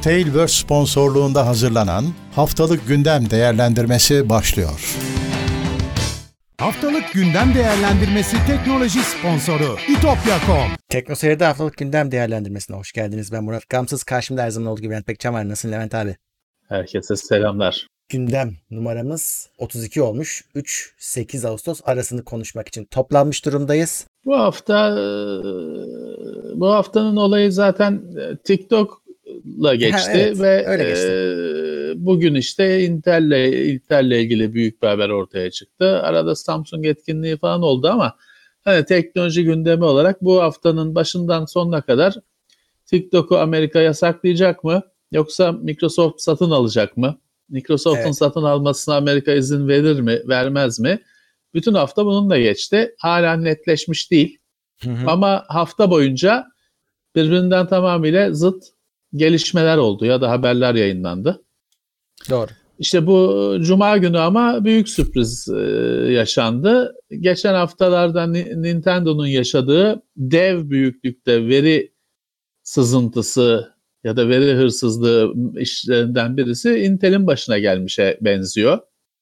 Tailverse sponsorluğunda hazırlanan Haftalık Gündem Değerlendirmesi başlıyor. Haftalık Gündem Değerlendirmesi teknoloji sponsoru itopya.com. Teknoseyir'de Haftalık Gündem Değerlendirmesi'ne hoş geldiniz. Ben Murat Gamsız. Karşımda her zaman olduğu gibi Levent Pekcan var. Nasılsın Levent abi? Herkese selamlar. Gündem numaramız 32 olmuş. 3-8 Ağustos arasını konuşmak için toplanmış durumdayız. Bu haftanın olayı zaten TikTok'la geçti evet, ve öyle geçti. Bugün işte Intel'le ilgili büyük bir haber ortaya çıktı. Arada Samsung etkinliği falan oldu ama hani teknoloji gündemi olarak bu haftanın başından sonuna kadar TikTok'u Amerika yasaklayacak mı? Yoksa Microsoft satın alacak mı? Microsoft'un satın almasına Amerika izin verir mi, vermez mi? Bütün hafta bununla geçti. Hala netleşmiş değil. Ama hafta boyunca birbirinden tamamıyla zıt gelişmeler oldu ya da haberler yayınlandı. Doğru. İşte bu Cuma günü ama büyük sürpriz yaşandı. Geçen haftalarda Nintendo'nun yaşadığı dev büyüklükte veri sızıntısı ya da veri hırsızlığı işlerinden birisi Intel'in başına gelmişe benziyor.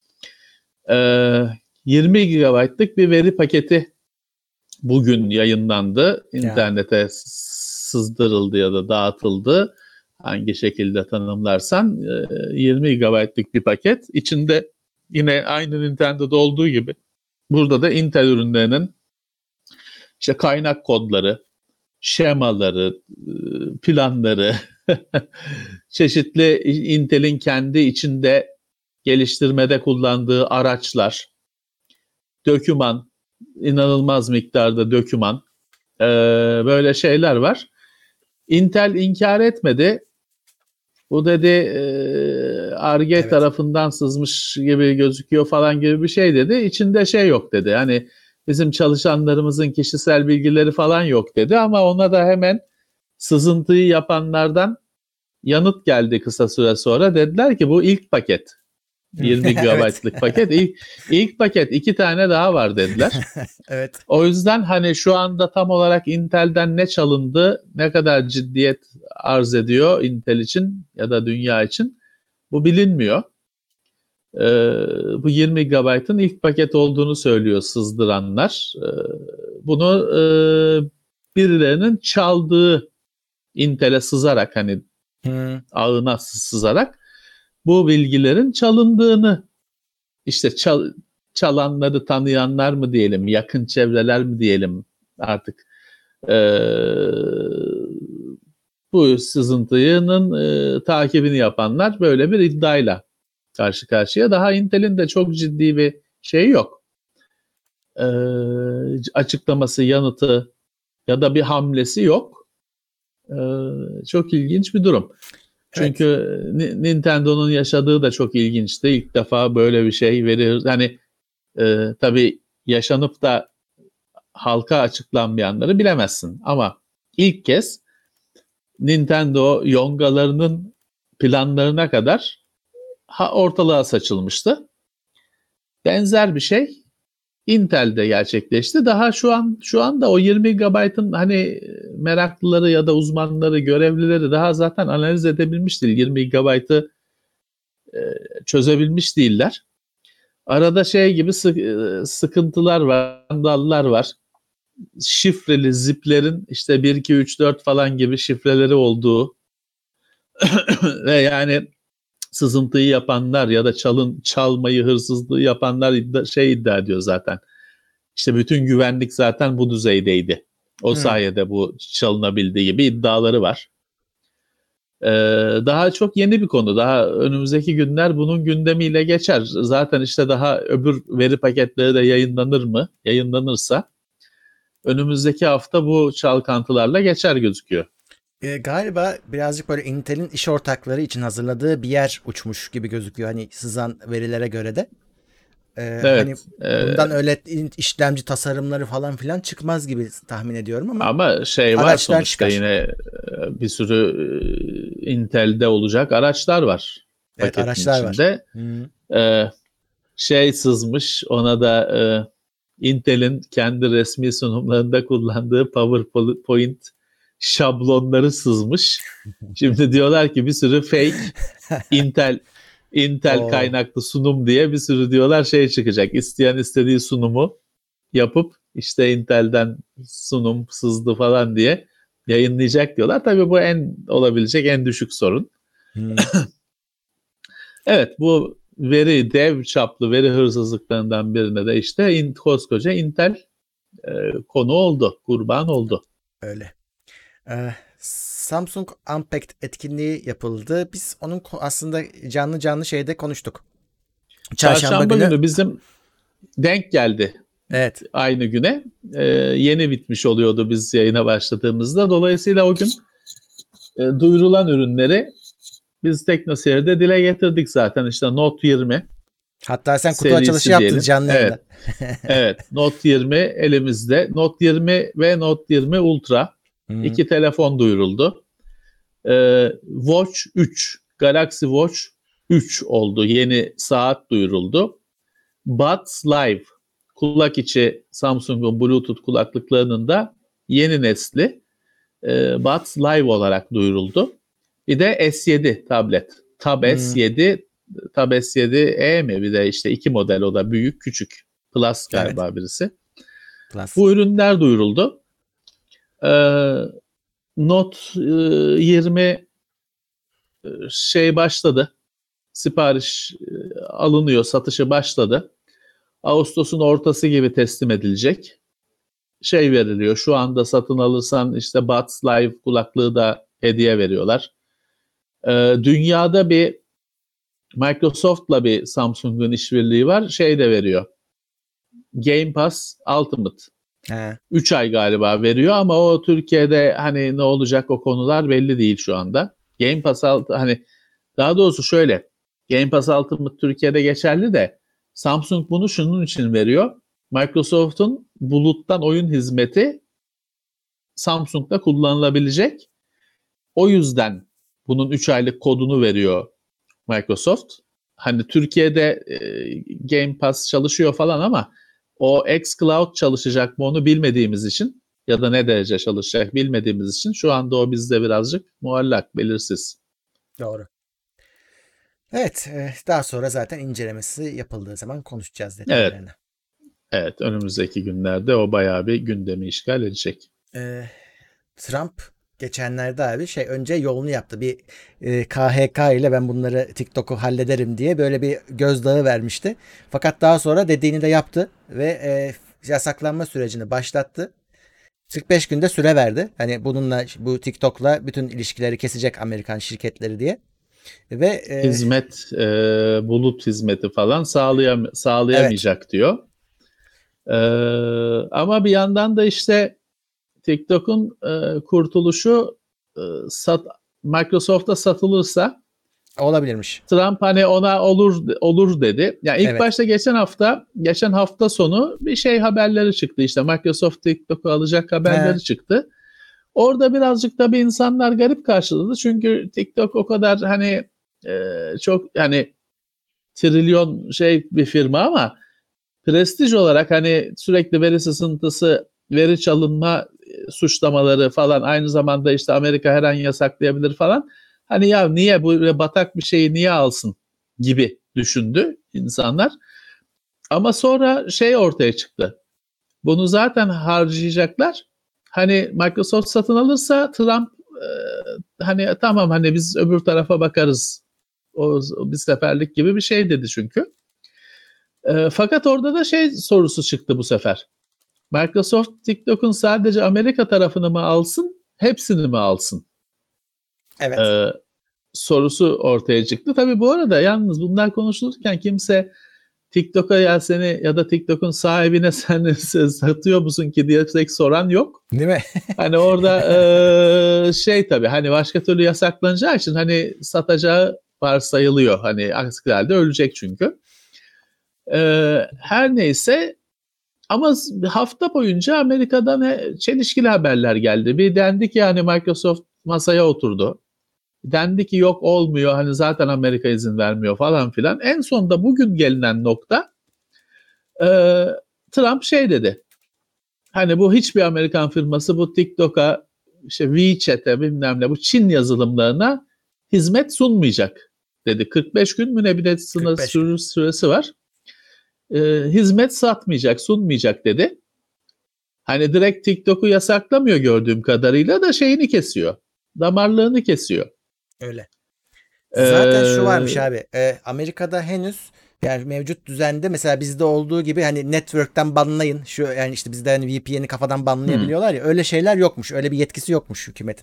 20 GB'lık bir veri paketi bugün yayınlandı. İnternete sızdırıldı ya da dağıtıldı. Hangi şekilde tanımlarsan 20 GB'lık bir paket. İçinde yine aynı Nintendo'da olduğu gibi burada da Intel ürünlerinin işte kaynak kodları, şemaları, planları, çeşitli Intel'in kendi içinde geliştirmede kullandığı araçlar, doküman, inanılmaz miktarda doküman, böyle şeyler var. Intel inkar etmedi. Bu dedi Ar-Ge tarafından sızmış gibi gözüküyor falan gibi bir şey dedi. İçinde şey yok dedi. Hani bizim çalışanlarımızın kişisel bilgileri falan yok dedi ama ona da hemen sızıntıyı yapanlardan yanıt geldi kısa süre sonra. Dediler ki bu ilk paket. 20 GB'lık paket. İlk paket 2 tane daha var dediler. Evet. O yüzden hani şu anda tam olarak Intel'den ne çalındı, ne kadar ciddiyet arz ediyor Intel için ya da dünya için bu bilinmiyor. Bu 20 GB'ın ilk paket olduğunu söylüyor sızdıranlar. Bunu birilerinin çaldığı Intel'e sızarak hani ağına sızarak bu bilgilerin çalındığını işte çalanları tanıyanlar mı diyelim, yakın çevreler mi diyelim artık bu sızıntının takibini yapanlar böyle bir iddiayla karşı karşıya. Daha Intel'in de çok ciddi bir şey yok. Açıklaması, yanıtı ya da bir hamlesi yok. Çok ilginç bir durum. Çünkü Nintendo'nun yaşadığı da çok ilginçti. İlk defa böyle bir şey verir. Yani tabii yaşanıp da halka açıklanmayanları bilemezsin. Ama ilk kez Nintendo yongalarının planlarına kadar ortalığa saçılmıştı. Benzer bir şey Intel'de gerçekleşti. Daha şu anda o 20 GB'ın hani meraklıları ya da uzmanları, görevlileri daha zaten analiz edebilmiş değil. 20 GB'ı çözebilmiş değiller. Arada şey gibi sıkıntılar var, skandallar var. Şifreli ziplerin işte 1, 2, 3, 4 falan gibi şifreleri olduğu ve yani sızıntıyı yapanlar ya da çalmayı, hırsızlığı yapanlar iddia ediyor zaten. İşte bütün güvenlik zaten bu düzeydeydi. O sayede bu çalınabildiği gibi iddiaları var. Daha çok yeni bir konu. Daha önümüzdeki günler bunun gündemiyle geçer. Zaten işte daha öbür veri paketleri de yayınlanır mı? Yayınlanırsa önümüzdeki hafta bu çalkantılarla geçer gözüküyor. Galiba birazcık böyle Intel'in iş ortakları için hazırladığı bir yer uçmuş gibi gözüküyor. Hani sızan verilere göre de. Evet. Hani bundan öyle işlemci tasarımları falan filan çıkmaz gibi tahmin ediyorum ama şey var sonuçta çıkar. Yine bir sürü Intel'de olacak araçlar var. Evet, araçlar içinde. Var. Şey sızmış, ona da Intel'in kendi resmi sunumlarında kullandığı PowerPoint şablonları sızmış. Şimdi diyorlar ki bir sürü fake Intel kaynaklı sunum diye bir sürü diyorlar şey çıkacak. İsteyen istediği sunumu yapıp işte Intel'den sunum sızdı falan diye yayınlayacak diyorlar. Tabii bu olabilecek en düşük sorun. Evet, bu dev çaplı veri hırsızlıklarından birine de işte koskoca Intel konu oldu, kurban oldu. Öyle. Samsung Unpacked etkinliği yapıldı. Biz onun aslında canlı şeyde konuştuk. Çarşamba günü bizim denk geldi. Evet. Aynı güne. Yeni bitmiş oluyordu biz yayına başladığımızda. Dolayısıyla o gün duyurulan ürünleri biz TeknoSeyir'de dile getirdik zaten. İşte Note 20. Hatta sen kutu açılışı yaptın diyelim. canlı yayında. Evet. Note 20 elimizde. Note 20 ve Note 20 Ultra. İki telefon duyuruldu. Watch 3. Galaxy Watch 3 oldu. Yeni saat duyuruldu. Buds Live. Kulak içi Samsung'un Bluetooth kulaklıklarının da yeni nesli Buds Live olarak duyuruldu. Bir de S7 tablet. Tab S7, Tab S7e mi? Bir de işte iki model, o da büyük küçük. Plus galiba birisi. Plus. Bu ürünler duyuruldu. Note 20 şey başladı. Sipariş alınıyor, satışı başladı. Ağustos'un ortası gibi teslim edilecek. Şey veriliyor. Şu anda satın alırsan işte Buds Live kulaklığı da hediye veriyorlar. Dünyada bir Microsoft'la bir Samsung'un işbirliği var. Şey de veriyor. Game Pass Ultimate. 3 ay galiba veriyor ama o Türkiye'de hani ne olacak o konular belli değil şu anda. Game Pass hani daha doğrusu şöyle. Game Pass Ultimate Türkiye'de geçerli de Samsung bunu şunun için veriyor. Microsoft'un buluttan oyun hizmeti Samsung'da kullanılabilecek. O yüzden bunun 3 aylık kodunu veriyor Microsoft. Hani Türkiye'de Game Pass çalışıyor falan ama o xCloud çalışacak mı onu bilmediğimiz için ya da ne derece çalışacak bilmediğimiz için şu anda o bizde birazcık muallak, belirsiz. Doğru. Evet, daha sonra zaten incelemesi yapıldığı zaman konuşacağız detaylarını. Evet, önümüzdeki günlerde o bayağı bir gündemi işgal edecek. Trump geçenlerde abi önce yolunu yaptı. Bir KHK ile ben bunları TikTok'u hallederim diye böyle bir gözdağı vermişti. Fakat daha sonra dediğini de yaptı ve yasaklanma sürecini başlattı. 45 günde süre verdi. Hani bununla, bu TikTok'la bütün ilişkileri kesecek Amerikan şirketleri diye. Ve hizmet, bulut hizmeti falan sağlayamayacak diyor. Ama bir yandan da işte TikTok'un kurtuluşu Microsoft'a satılırsa olabilirmiş. Trump hani ona olur dedi. Yani ilk başta geçen hafta sonu bir haberleri çıktı, işte Microsoft TikTok'u alacak haberleri çıktı. Orada birazcık da bir insanlar garip karşıladı. Çünkü TikTok o kadar hani çok hani trilyon bir firma ama prestij olarak hani sürekli veri sızıntısı, veri çalınma suçlamaları falan, aynı zamanda işte Amerika her an yasaklayabilir falan. Hani ya niye bu batak bir şeyi niye alsın gibi düşündü insanlar. Ama sonra ortaya çıktı. Bunu zaten harcayacaklar. Hani Microsoft satın alırsa Trump hani tamam hani biz öbür tarafa bakarız. O bir seferlik gibi bir şey dedi çünkü. Fakat orada da sorusu çıktı bu sefer. Microsoft TikTok'un sadece Amerika tarafını mı alsın, hepsini mi alsın? Evet. Sorusu ortaya çıktı. Tabii bu arada yalnız bunlar konuşulurken kimse TikTok'a ya da TikTok'un sahibine sen satıyor musun ki diye soran yok. Değil mi? Hani orada tabii hani başka türlü yasaklanacağı için hani satacağı varsayılıyor. Hani aksi halde ölecek çünkü. Her neyse, ama hafta boyunca Amerika'dan çelişkili haberler geldi. Bir dendi ki hani Microsoft masaya oturdu. Dendi ki yok olmuyor, hani zaten Amerika izin vermiyor falan filan. En sonunda bugün gelinen nokta Trump dedi. Hani bu hiçbir Amerikan firması bu TikTok'a işte WeChat'e bilmem ne bu Çin yazılımlarına hizmet sunmayacak dedi. 45 gün mü ne bir de süresi var. Hizmet satmayacak, sunmayacak dedi. Hani direkt TikTok'u yasaklamıyor gördüğüm kadarıyla da şeyini kesiyor. Damarlığını kesiyor. Öyle. Zaten şu varmış abi. Amerika'da henüz yani mevcut düzende mesela bizde olduğu gibi hani network'ten banlayın. Şu yani işte bizde hani VPN'i kafadan banlayabiliyorlar ya. Öyle şeyler yokmuş. Öyle bir yetkisi yokmuş hükümetin.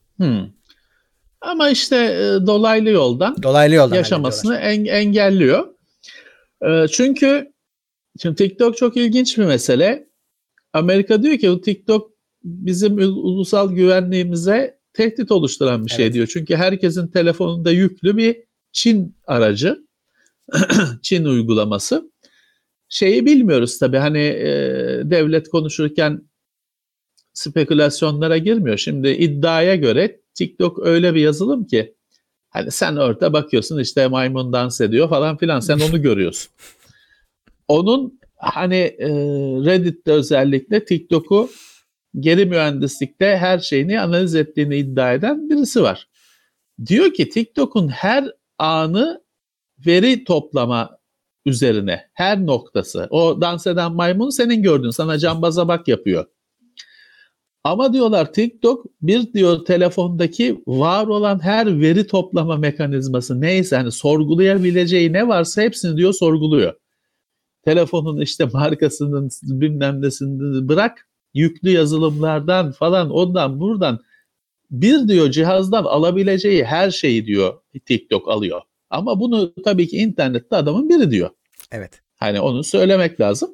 Ama işte dolaylı yoldan yaşamasını engelliyor. Çünkü şimdi TikTok çok ilginç bir mesele. Amerika diyor ki bu TikTok bizim ulusal güvenliğimize tehdit oluşturan bir şey diyor. Çünkü herkesin telefonunda yüklü bir Çin aracı, Çin uygulaması. Şeyi bilmiyoruz tabii hani devlet konuşurken spekülasyonlara girmiyor. Şimdi iddiaya göre TikTok öyle bir yazılım ki hani sen orada bakıyorsun işte maymun dans ediyor falan filan sen onu görüyorsun. Onun hani Reddit'te özellikle TikTok'u geri mühendislikte her şeyini analiz ettiğini iddia eden birisi var. Diyor ki TikTok'un her anı veri toplama üzerine, her noktası. O dans eden maymun senin gördüğün, sana cambaza bak yapıyor. Ama diyorlar TikTok bir diyor telefondaki var olan her veri toplama mekanizması neyse hani sorgulayabileceği ne varsa hepsini diyor sorguluyor. Telefonun işte markasının bilmem nesini bırak yüklü yazılımlardan falan ondan buradan bir diyor cihazdan alabileceği her şeyi diyor TikTok alıyor. Ama bunu tabii ki internette adamın biri diyor. Evet. Hani onu söylemek lazım.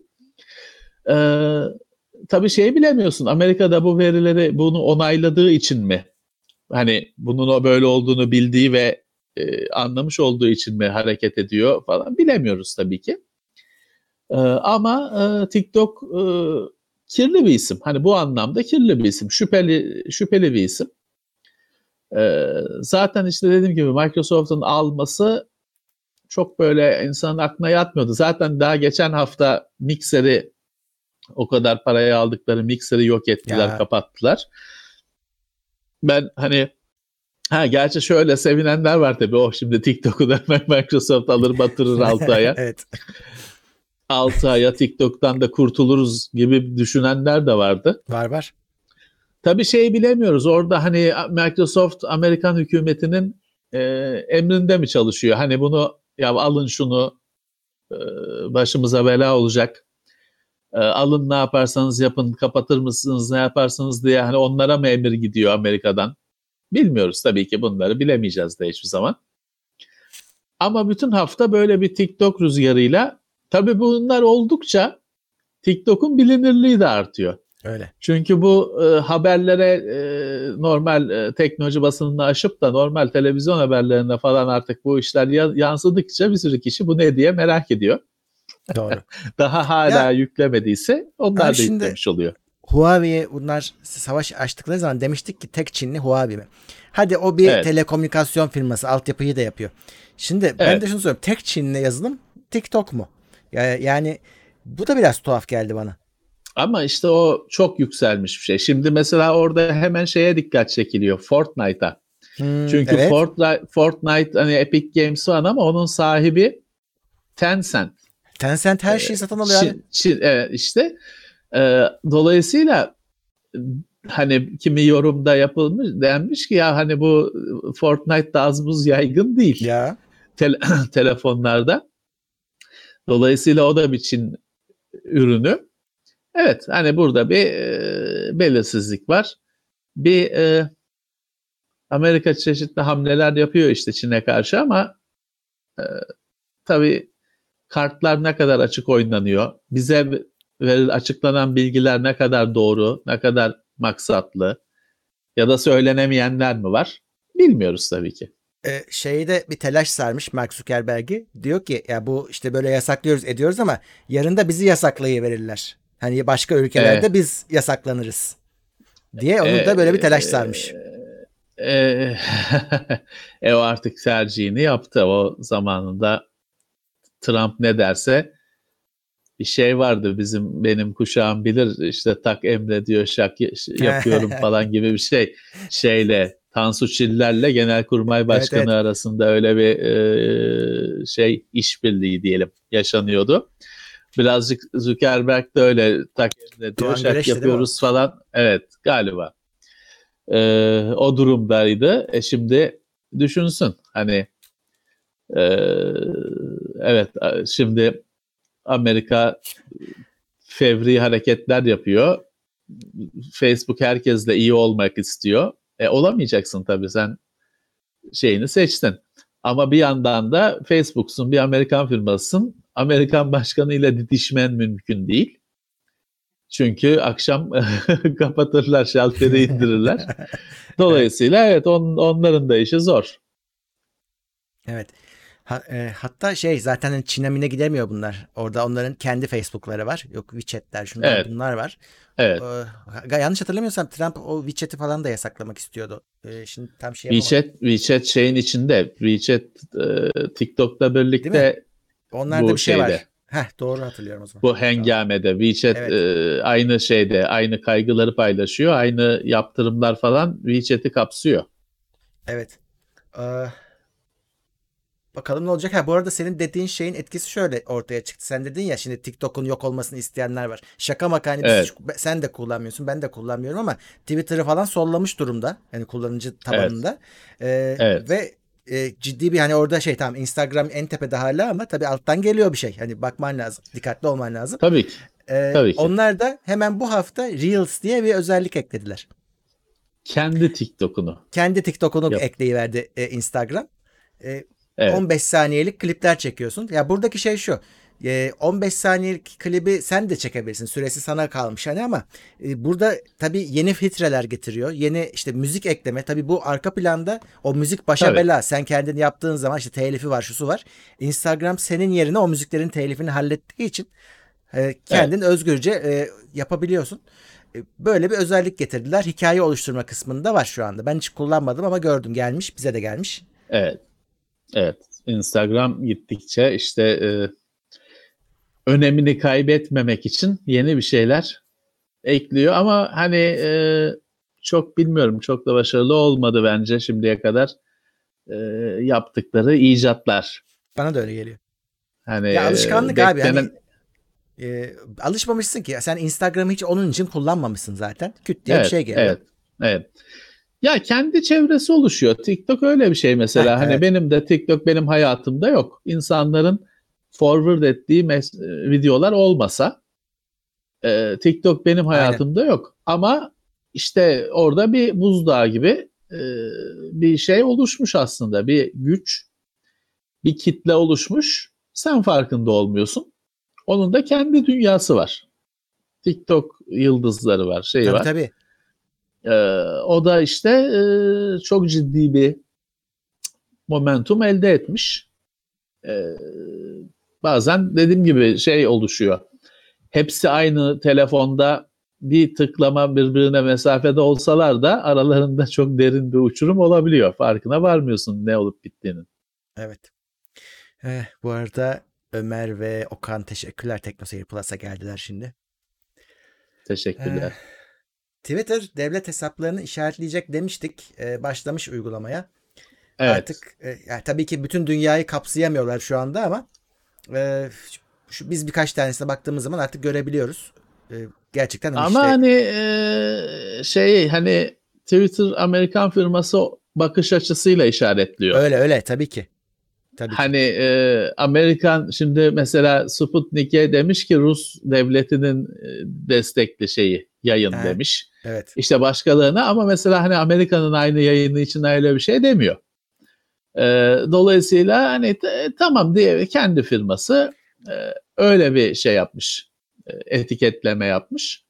Tabii şeyi bilemiyorsun. Amerika'da bu verileri bunu onayladığı için mi? Hani bunun o böyle olduğunu bildiği ve anlamış olduğu için mi hareket ediyor falan bilemiyoruz tabii ki. Ama TikTok kirli bir isim. Hani bu anlamda kirli bir isim. Şüpheli bir isim. Zaten işte dediğim gibi Microsoft'un alması çok böyle insanın aklına yatmıyordu. Zaten daha geçen hafta Mixer'i o kadar paraya aldıkları Mixer'i yok ettiler, kapattılar. Ben hani gerçi şöyle sevinenler var tabii. Şimdi TikTok'u da Microsoft alır batırır 6 aya. Evet. 6 aya TikTok'tan da kurtuluruz gibi düşünenler de vardı. Var. Tabii şeyi bilemiyoruz. Orada hani Microsoft Amerikan hükümetinin emrinde mi çalışıyor? Hani bunu ya alın şunu başımıza bela olacak. Alın ne yaparsanız yapın, kapatır mısınız ne yaparsanız diye hani onlara mı emir gidiyor Amerika'dan? Bilmiyoruz tabii ki bunları bilemeyeceğiz de hiçbir zaman. Ama bütün hafta böyle bir TikTok rüzgarıyla tabii bunlar oldukça TikTok'un bilinirliği de artıyor. Öyle. Çünkü bu haberlere normal teknoloji basınını aşıp da normal televizyon haberlerine falan artık bu işler yansıdıkça bir sürü kişi bu ne diye merak ediyor. Doğru. Daha hala yüklemediyse onlar da yüklemiş oluyor. Huawei'ye bunlar savaş açtıkları zaman demiştik ki tek Çinli Huawei mi? Hadi o bir telekomünikasyon firması, altyapıyı da yapıyor. Şimdi ben de şunu söylüyorum. Tek Çinli yazılım TikTok mu? Yani bu da biraz tuhaf geldi bana. Ama işte o çok yükselmiş bir şey. Şimdi mesela orada hemen şeye dikkat çekiliyor. Fortnite'a. Çünkü Fortnite hani Epic Games var ama onun sahibi Tencent. Tencent her şeyi satın alıyor abi. İşte dolayısıyla hani kimi yorumda yapılmış denmiş ki ya hani bu Fortnite'da az buz yaygın değil. Ya. Telefonlarda. Dolayısıyla o da bir Çin ürünü. Evet hani burada bir belirsizlik var. Bir Amerika çeşitli hamleler yapıyor işte Çin'e karşı ama tabii kartlar ne kadar açık oynanıyor, bize açıklanan bilgiler ne kadar doğru, ne kadar maksatlı ya da söylenemeyenler mi var bilmiyoruz tabii ki. Şeyde bir telaş sarmış Mark Zuckerberg'i. Diyor ki ya bu işte böyle yasaklıyoruz ediyoruz ama yarın da bizi yasaklayıverirler. Hani başka ülkelerde biz yasaklanırız diye onu da böyle bir telaş sarmış. O artık tercihini yaptı. O zamanında Trump ne derse bir şey vardı, benim kuşağım bilir, işte tak emre diyor, şak yapıyorum falan gibi bir şey. Şeyle, Tansu Çiller'le Genelkurmay Başkanı Evet, evet. arasında öyle bir şey, işbirliği diyelim, yaşanıyordu. Birazcık Zuckerberg de öyle tak emre diyor, Doğan şak Güreş'ti değil mi o? yapıyoruz falan. Evet, galiba. O durumdaydı. Şimdi düşünsün hani, evet, şimdi Amerika fevri hareketler yapıyor. Facebook herkesle iyi olmak istiyor. Olamayacaksın tabii, sen şeyini seçtin. Ama bir yandan da Facebook'sun, bir Amerikan firmasısın. Amerikan başkanıyla didişmen mümkün değil. Çünkü akşam kapatırlar, şalteri indirirler. Evet. Dolayısıyla evet, onların da işi zor. Evet. Hatta şey zaten hani Çin'e mine gidemiyor bunlar. Orada onların kendi Facebook'ları var. Yok WeChat'ler, şunlar Evet, bunlar var. evet. Yanlış hatırlamıyorsam Trump o WeChat'i falan da yasaklamak istiyordu. Şimdi tam şey yapamadım. WeChat şeyin içinde. WeChat TikTok'la Değil mi? birlikte Onlarda bu bir şey şeyde. var. Doğru hatırlıyorum o zaman. Bu Tamam. hengamede WeChat Evet. aynı şeyde, aynı kaygıları paylaşıyor. Aynı yaptırımlar falan WeChat'i kapsıyor. Evet. Ee, Bakalım ne olacak. Bu arada senin dediğin şeyin etkisi şöyle ortaya çıktı. Sen dedin ya şimdi TikTok'un yok olmasını isteyenler var. Şaka maka hani Evet, sen de kullanmıyorsun, ben de kullanmıyorum ama Twitter'ı falan sollamış durumda. Yani kullanıcı evet, tabanında. evet. Ve ciddi bir hani orada şey tamam Instagram en tepede hala ama tabii alttan geliyor bir şey. Hani bakman lazım. Dikkatli olman lazım. Tabii ki, tabii ki. Onlar da hemen bu hafta Reels diye bir özellik eklediler. Kendi TikTok'unu Kendi TikTok'unu yap. ekleyiverdi Instagram. E, Evet, 15 saniyelik klipler çekiyorsun. Ya buradaki şey şu. 15 saniyelik klibi sen de çekebilirsin. Süresi sana kalmış hani ama burada tabii yeni filtreler getiriyor. Yeni işte müzik ekleme. Tabii bu arka planda o müzik başa tabii. bela. Sen kendini yaptığın zaman işte telifi var, şusu var. Instagram senin yerine o müziklerin telifini hallettiği için Evet, kendin özgürce yapabiliyorsun. Böyle bir özellik getirdiler. Hikaye oluşturma kısmında var şu anda. Ben hiç kullanmadım ama gördüm, gelmiş. Bize de gelmiş. evet, evet. Instagram gittikçe işte önemini kaybetmemek için yeni bir şeyler ekliyor ama hani çok bilmiyorum, çok da başarılı olmadı bence şimdiye kadar e, yaptıkları icatlar. Bana da öyle geliyor. Hani Ya alışkanlık abi, hani beklenen, alışmamışsın ki. Sen Instagram'ı hiç onun için kullanmamışsın zaten. Küt diye bir evet, şey geliyor. evet, evet. Ya kendi çevresi oluşuyor. TikTok öyle bir şey mesela. Hani Evet. benim de TikTok benim hayatımda yok. İnsanların forward ettiği videolar olmasa TikTok benim Aynen. hayatımda yok. Ama işte orada bir buzdağı gibi bir şey oluşmuş aslında. Bir güç, bir kitle oluşmuş. Sen farkında olmuyorsun. Onun da kendi dünyası var. TikTok yıldızları var, şey Tabii, var. tabii. E, O da işte çok ciddi bir momentum elde etmiş. E, Bazen dediğim gibi şey oluşuyor. Hepsi aynı telefonda bir tıklama birbirine mesafede olsalar da aralarında çok derin bir uçurum olabiliyor. Farkına varmıyorsun ne olup bittiğinin. Evet. Bu arada Ömer ve Okan teşekkürler. TeknoSeyir Plus'a geldiler şimdi. Eh, Teşekkürler. Twitter devlet hesaplarını işaretleyecek demiştik. Başlamış uygulamaya. Evet. Artık yani tabii ki bütün dünyayı kapsayamıyorlar şu anda ama biz birkaç tanesine baktığımız zaman artık görebiliyoruz. Gerçekten hani Ama işte hani şey, hani Twitter Amerikan firması bakış açısıyla işaretliyor. öyle öyle tabii ki. Tabii ki. Hani Amerikan şimdi mesela Sputnik'e demiş ki Rus devletinin destekli şeyi, yayın Aha, demiş. evet. İşte başkalarına, ama mesela hani Amerika'nın aynı yayını için öyle bir şey demiyor. E, Dolayısıyla hani tamam diye kendi firması öyle bir şey yapmış. Etiketleme yapmış.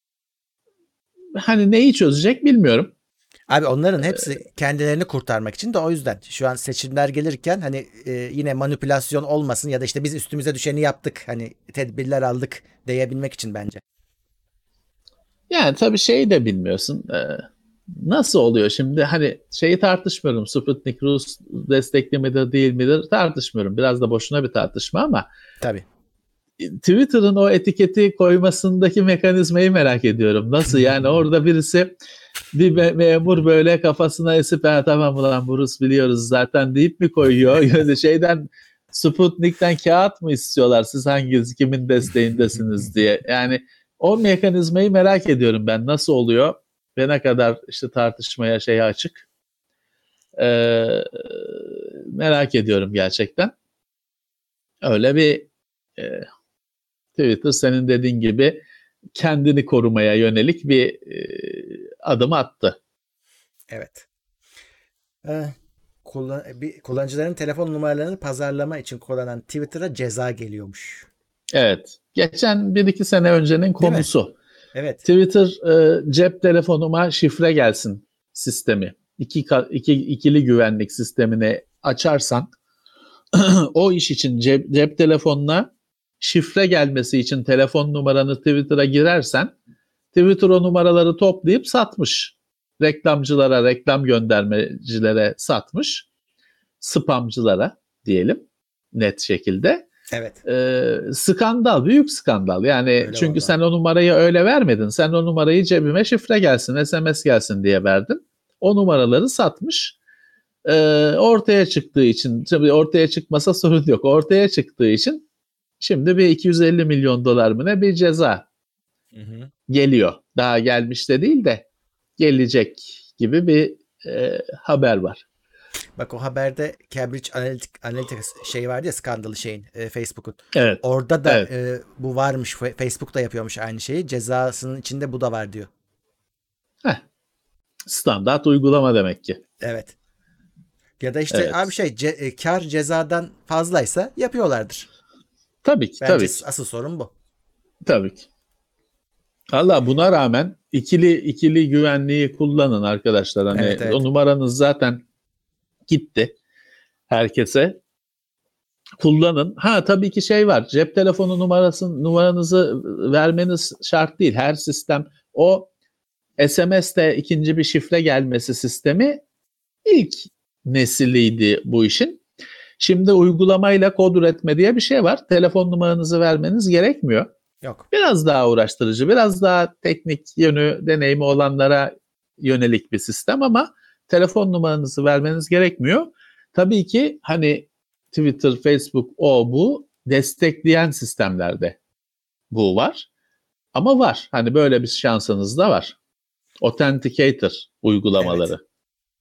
Hani neyi çözecek bilmiyorum. Abi onların hepsi kendilerini kurtarmak için de o yüzden. Şu an seçimler gelirken hani yine manipülasyon olmasın ya da işte biz üstümüze düşeni yaptık. Hani tedbirler aldık diyebilmek için bence. Yani tabii şeyi de bilmiyorsun. Nasıl oluyor şimdi? Hani şeyi tartışmıyorum. Sputnik Rus destekli midir değil midir tartışmıyorum. Biraz da boşuna bir tartışma ama Tabii. Twitter'ın o etiketi koymasındaki mekanizmayı merak ediyorum. Nasıl yani orada birisi bir memur böyle kafasına esip tamam ulan Bruce biliyoruz zaten deyip mi koyuyor? Yani şeyden Sputnik'ten kağıt mı istiyorlar siz hanginiz kimin desteğindesiniz diye. Yani o mekanizmayı merak ediyorum ben nasıl oluyor ve ne kadar işte tartışmaya açık. Merak ediyorum gerçekten. Öyle bir Twitter senin dediğin gibi kendini korumaya yönelik bir adım attı. Evet. Kullanıcıların telefon numaralarını pazarlama için kullanan Twitter'a ceza geliyormuş. Evet. Geçen 1-2 sene öncenin konusu. Evet. Twitter cep telefonuma şifre gelsin sistemi. İkili güvenlik sistemini açarsan o iş için cep telefonuna şifre gelmesi için telefon numaranı Twitter'a girersen Twitter o numaraları toplayıp satmış. Reklamcılara, reklam göndermecilere satmış. Spamcılara diyelim net şekilde. Evet. Skandal, büyük skandal. Yani öyle çünkü vallahi. sen o numarayı öyle vermedin. Sen o numarayı cebime şifre gelsin, SMS gelsin diye verdin. O numaraları satmış. Ortaya çıktığı için, tabii ortaya çıkmasa sorun yok. Ortaya çıktığı için şimdi bir 250 milyon dolar mı ne bir ceza geliyor. Daha gelmiş de değil de gelecek gibi bir haber var. Bak o haberde Cambridge Analytica şey vardı ya skandalı şeyin Facebook'un. Evet. Orada da Evet. bu varmış. Facebook da yapıyormuş aynı şeyi. Cezasının içinde bu da var diyor. Standart uygulama demek ki. Evet. Ya da işte Evet. abi kar cezadan fazlaysa yapıyorlardır. Tabii ki. Bence Tabii ki. asıl sorun bu. Tabii ki. Allah buna rağmen ikili güvenliği kullanın arkadaşlar. Hani Evet. o numaranız zaten gitti herkese. Kullanın. Tabii ki şey var. Cep telefonu numaranızı vermeniz şart değil. Her sistem o SMS'te ikinci bir şifre gelmesi sistemi ilk nesiliydi bu işin. Şimdi uygulamayla kod üretme diye bir şey var. Telefon numaranızı vermeniz gerekmiyor. Yok. Biraz daha uğraştırıcı, biraz daha teknik yönü, deneyimi olanlara yönelik bir sistem ama telefon numaranızı vermeniz gerekmiyor. Tabii ki hani Twitter, Facebook, bu destekleyen sistemlerde bu var. Ama var. Hani böyle bir şansınız da var. Authenticator uygulamaları. Evet.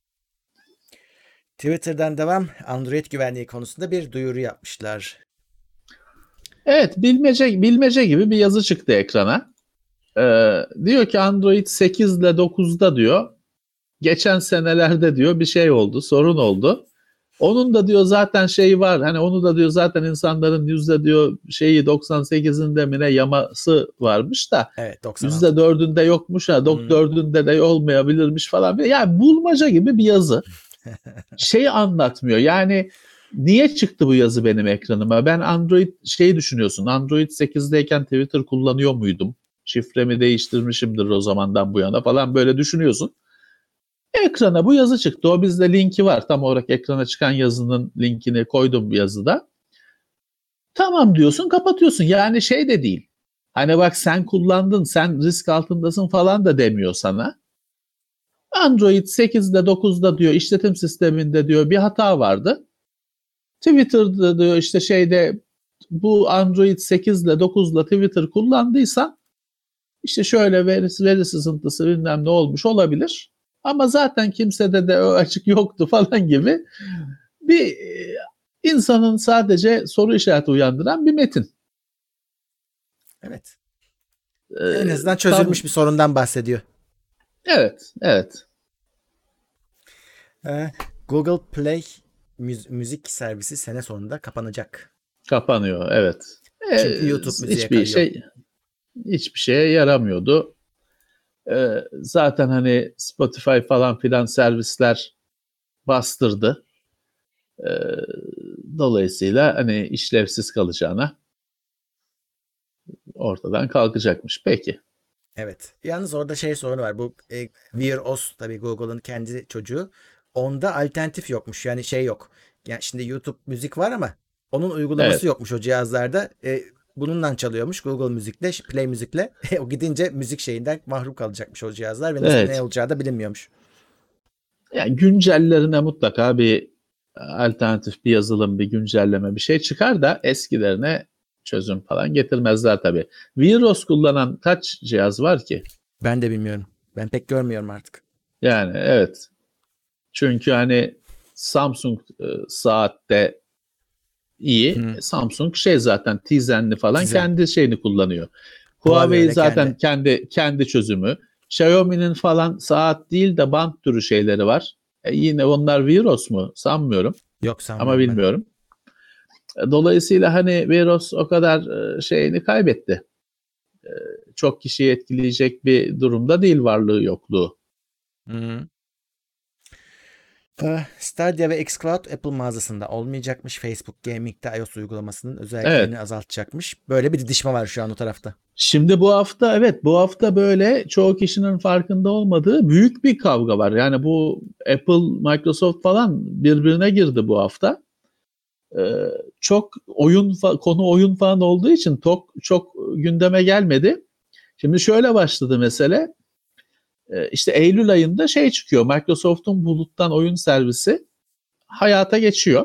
Twitter'dan devam. Android güvenliği konusunda bir duyuru yapmışlar. Evet, bilmece gibi bir yazı çıktı ekrana. Diyor ki Android 8 ile 9'da diyor. Geçen senelerde diyor bir şey oldu, sorun oldu. Onun da diyor zaten şeyi var. Hani onu da diyor zaten insanların diyor 98'inde mi ne yaması varmış da. Evet, 96. %4'ünde yokmuş 4'ünde de olmayabilirmiş falan. Yani bulmaca gibi bir yazı. Anlatmıyor. Yani niye çıktı bu yazı benim ekranıma? Ben Android düşünüyorsun. Android 8'deyken Twitter kullanıyor muydum? Şifremi değiştirmişimdir o zamandan bu yana falan böyle düşünüyorsun. Ekrana bu yazı çıktı. O bizde linki var. Tam olarak ekrana çıkan yazının linkini koydum yazıda. Tamam diyorsun, kapatıyorsun. Yani de değil. Hani bak sen kullandın, sen risk altındasın falan da demiyor sana. Android 8'de 9'da diyor işletim sisteminde diyor bir hata vardı. Twitter'da diyor işte bu Android 8 ile 9 ile Twitter kullandıysan işte şöyle veri sızıntısı bilmem ne olmuş olabilir. Ama zaten kimsede de o açık yoktu falan gibi bir insanın sadece soru işareti uyandıran bir metin. Evet. En azından çözülmüş bir sorundan bahsediyor. Evet. Google Play müzik servisi sene sonunda kapanacak. Kapanıyor, evet. Çünkü YouTube müziğe hiçbir şeye yaramıyordu. Zaten hani Spotify falan filan servisler bastırdı. Dolayısıyla hani işlevsiz kalacağına ortadan kalkacakmış. Peki. Evet. Yalnız orada sorunu var. Bu Wear OS tabii Google'ın kendi çocuğu. Onda alternatif yokmuş. Yani yok. Yani şimdi YouTube müzik var ama onun uygulaması yokmuş o cihazlarda. bununla çalıyormuş Google Müzik'le, Play Müzik'le. O gidince müzik şeyinden mahrum kalacakmış o cihazlar ve nasıl ne olacağı da bilinmiyormuş. Yani güncellerine mutlaka bir alternatif bir yazılım, bir güncelleme bir şey çıkar da eskilerine çözüm falan getirmezler tabii. Virus kullanan kaç cihaz var ki? Ben de bilmiyorum. Ben pek görmüyorum artık. Yani evet. Çünkü hani Samsung saatte iyi. Samsung zaten Tizen'li falan kendi şeyini kullanıyor. Huawei zaten kendi çözümü. Xiaomi'nin falan saat değil de band türü şeyleri var. Yine onlar virus mu? Sanmıyorum. Yok sanmıyorum. Ama bilmiyorum. Dolayısıyla hani virus o kadar şeyini kaybetti. Çok kişiyi etkileyecek bir durumda değil varlığı yokluğu. Stadia ve xCloud Apple mağazasında olmayacakmış. Facebook Gaming'de iOS uygulamasının özelliklerini azaltacakmış. Böyle bir didişme var şu an o tarafta. Şimdi bu hafta böyle çoğu kişinin farkında olmadığı büyük bir kavga var. Yani bu Apple, Microsoft falan birbirine girdi bu hafta. Çok konu oyun falan olduğu için çok gündeme gelmedi. Şimdi şöyle başladı mesele. İşte Eylül ayında çıkıyor. Microsoft'un buluttan oyun servisi hayata geçiyor.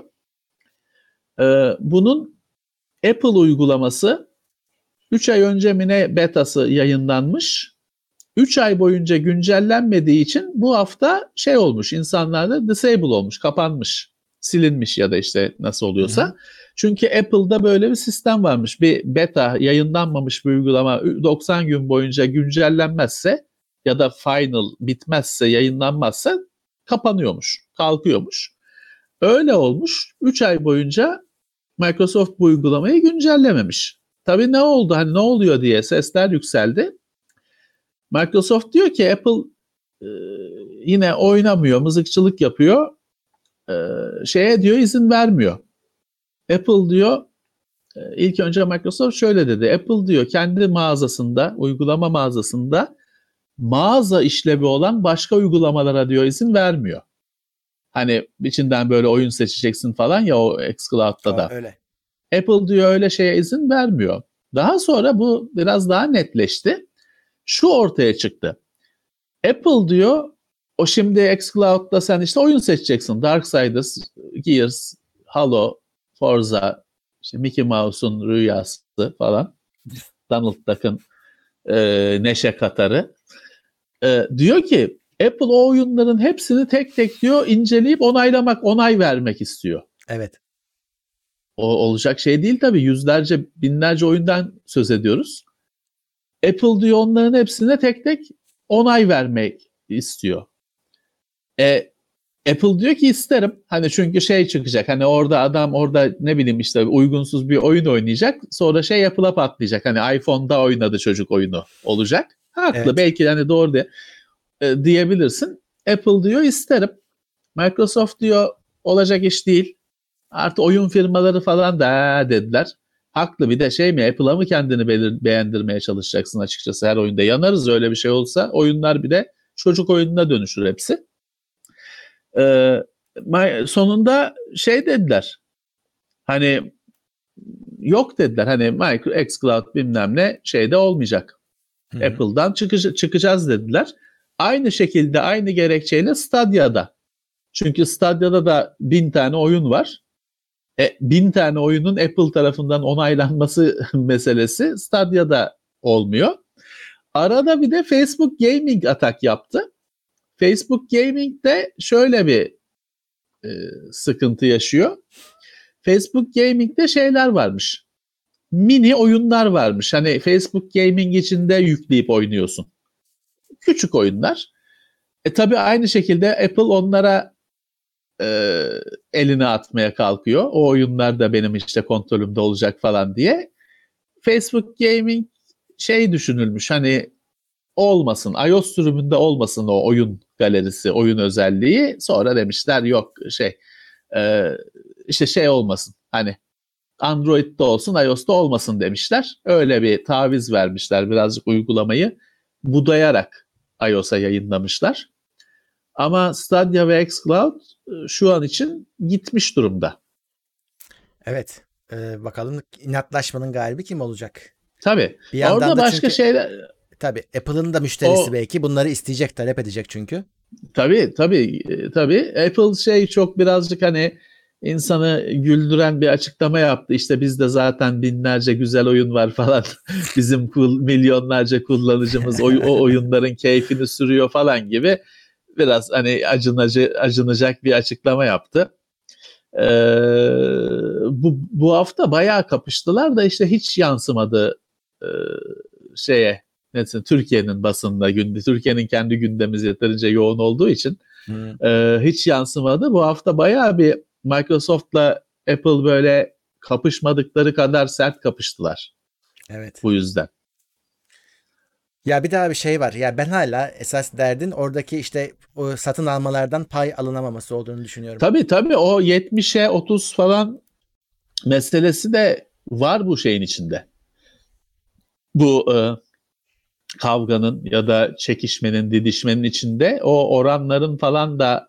Bunun Apple uygulaması 3 ay önce betası yayınlanmış. 3 ay boyunca güncellenmediği için bu hafta olmuş. İnsanlarda disable olmuş, kapanmış, silinmiş ya da işte nasıl oluyorsa. Hı-hı. Çünkü Apple'da böyle bir sistem varmış. Bir beta yayınlanmamış bir uygulama 90 gün boyunca güncellenmezse ya da final bitmezse, yayınlanmazsa kapanıyormuş, kalkıyormuş. Öyle olmuş. 3 ay boyunca Microsoft bu uygulamayı güncellememiş. Tabii ne oldu? Hani ne oluyor diye sesler yükseldi. Microsoft diyor ki Apple yine oynamıyor, mızıkçılık yapıyor. Diyor izin vermiyor. Apple diyor ilk önce Microsoft şöyle dedi. Apple diyor kendi mağazasında, uygulama mağazasında mağaza işlevi olan başka uygulamalara diyor izin vermiyor. Hani içinden böyle oyun seçeceksin falan ya o xCloud'da da. Öyle. Apple diyor öyle şeye izin vermiyor. Daha sonra bu biraz daha netleşti. Şu ortaya çıktı. Apple diyor o şimdi xCloud'da sen işte oyun seçeceksin. Darksiders, Gears, Halo, Forza, işte Mickey Mouse'un rüyası falan. Donald Duck'ın neşe katarı. Diyor ki Apple o oyunların hepsini tek tek diyor inceleyip onay vermek istiyor. Evet. O olacak şey değil tabii. Yüzlerce, binlerce oyundan söz ediyoruz. Apple diyor onların hepsine tek tek onay vermek istiyor. Apple diyor ki isterim. Hani çünkü çıkacak. Hani orada ne bileyim işte uygunsuz bir oyun oynayacak. Sonra Apple'a patlayacak. Hani iPhone'da oynadı çocuk oyunu olacak. Haklı. Evet. Belki hani doğru diyebilirsin. Apple diyor isterim. Microsoft diyor olacak iş değil. Artı oyun firmaları falan da dediler. Haklı bir de Apple'a mı kendini beğendirmeye çalışacaksın açıkçası her oyunda. Yanarız öyle bir şey olsa. Oyunlar bir de çocuk oyununa dönüşür hepsi. Sonunda dediler. Hani yok dediler. Hani xCloud bilmem ne de olmayacak. Hı-hı. Apple'dan çıkacağız dediler. Aynı şekilde aynı gerekçeyle Stadia'da. Çünkü Stadia'da da 1000 tane oyun var. 1000 tane oyunun Apple tarafından onaylanması meselesi Stadia'da olmuyor. Arada bir de Facebook Gaming atak yaptı. Facebook Gaming de şöyle bir sıkıntı yaşıyor. Facebook Gaming'de şeyler varmış. Mini oyunlar varmış. Hani Facebook Gaming içinde yükleyip oynuyorsun. Küçük oyunlar. Tabii aynı şekilde Apple onlara elini atmaya kalkıyor. O oyunlar da benim işte kontrolümde olacak falan diye. Facebook Gaming düşünülmüş hani olmasın, iOS sürümünde olmasın o oyun galerisi, oyun özelliği. Sonra demişler yok olmasın hani Android'de olsun, iOS'ta olmasın demişler. Öyle bir taviz vermişler, birazcık uygulamayı budayarak iOS'a yayınlamışlar. Ama Stadia ve xCloud şu an için gitmiş durumda. Evet. Bakalım inatlaşmanın galibi kim olacak? Tabii. Bir yandan Orada da başka çünkü şeyler. tabii Apple'ın da müşterisi O belki bunları isteyecek, talep edecek çünkü. tabii. Apple çok birazcık hani insanı güldüren bir açıklama yaptı. İşte bizde zaten binlerce güzel oyun var falan. Bizim milyonlarca kullanıcımız o oyunların keyfini sürüyor falan gibi biraz hani acınacak bir açıklama yaptı. Ee, bu hafta bayağı kapıştılar da işte hiç yansımadı e, şeye, Türkiye'nin basında, Türkiye'nin kendi gündemi yeterince yoğun olduğu için hiç yansımadı. Bu hafta bayağı bir Microsoft'la Apple böyle kapışmadıkları kadar sert kapıştılar. Evet. Bu yüzden. Ya bir daha bir şey var. Ya ben hala esas derdin oradaki işte o satın almalardan pay alınamaması olduğunu düşünüyorum. Tabii o 70'e 30 falan meselesi de var bu şeyin içinde. Bu kavganın ya da çekişmenin, didişmenin içinde o oranların falan da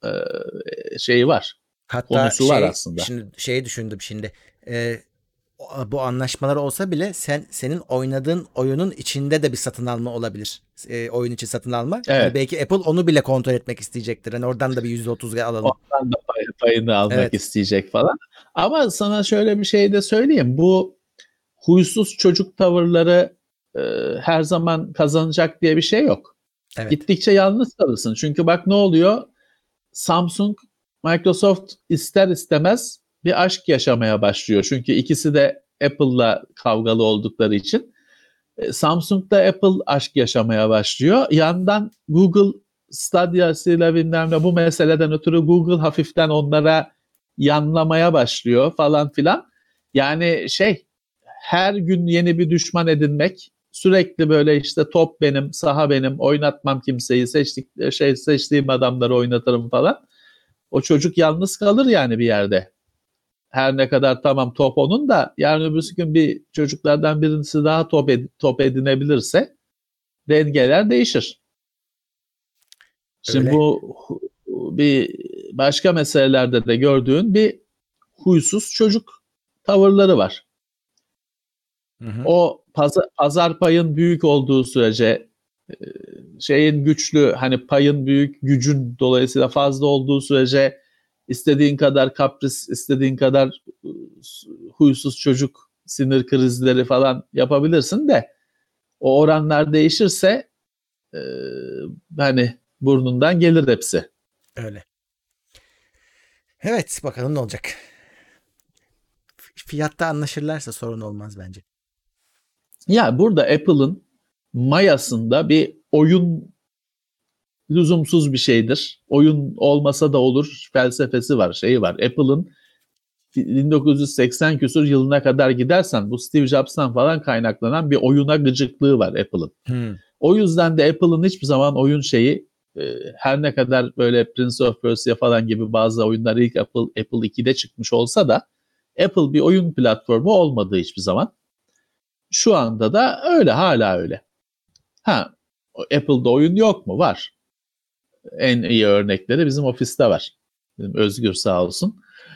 şeyi var. Hatta Konusu var aslında. şimdi şeyi düşündüm şimdi. Bu anlaşmalar olsa bile senin oynadığın oyunun içinde de bir satın alma olabilir. Oyun için satın alma. Evet. Hani belki Apple onu bile kontrol etmek isteyecektir. Hani oradan da bir %30 alalım. Ondan da payını almak Evet. isteyecek falan. Ama sana şöyle bir şey de söyleyeyim. Bu huysuz çocuk tavırları her zaman kazanacak diye bir şey yok. Evet. Gittikçe yalnız kalırsın. Çünkü bak ne oluyor? Samsung, Microsoft ister istemez bir aşk yaşamaya başlıyor. Çünkü ikisi de Apple'la kavgalı oldukları için. Samsung'da Apple aşk yaşamaya başlıyor. Yandan Google Stadia'sıyla bilmem ne bu meseleden ötürü Google hafiften onlara yanlamaya başlıyor falan filan. Yani her gün yeni bir düşman edinmek, sürekli böyle işte top benim, saha benim, oynatmam kimseyi, seçtiğim adamları oynatırım falan. O çocuk yalnız kalır yani bir yerde. Her ne kadar tamam top onun da yarın öbürsü gün bir çocuklardan birisi daha top edinebilirse dengeler değişir. Şimdi Öyle. bu bir başka meselelerde de gördüğün bir huysuz çocuk tavırları var. Hı. O pazar payın büyük olduğu sürece şeyin güçlü hani payın büyük gücün dolayısıyla fazla olduğu sürece istediğin kadar kapris, istediğin kadar huysuz çocuk sinir krizleri falan yapabilirsin de o oranlar değişirse e, hani burnundan gelir hepsi. Öyle. Evet, bakalım ne olacak. Fiyatta anlaşırlarsa sorun olmaz bence. Ya burada Apple'ın mayasında bir oyun lüzumsuz bir şeydir. Oyun olmasa da olur felsefesi var, şeyi var. Apple'ın 1980 küsur yılına kadar gidersen bu Steve Jobs'tan falan kaynaklanan bir oyuna gıcıklığı var Apple'ın. O yüzden de Apple'ın hiçbir zaman oyun her ne kadar böyle Prince of Persia falan gibi bazı oyunlar ilk Apple 2'de çıkmış olsa da Apple bir oyun platformu olmadı hiçbir zaman. Şu anda da öyle, hala öyle. Apple'da oyun yok mu? Var. En iyi örnekleri bizim ofiste var. Bizim Özgür sağ olsun.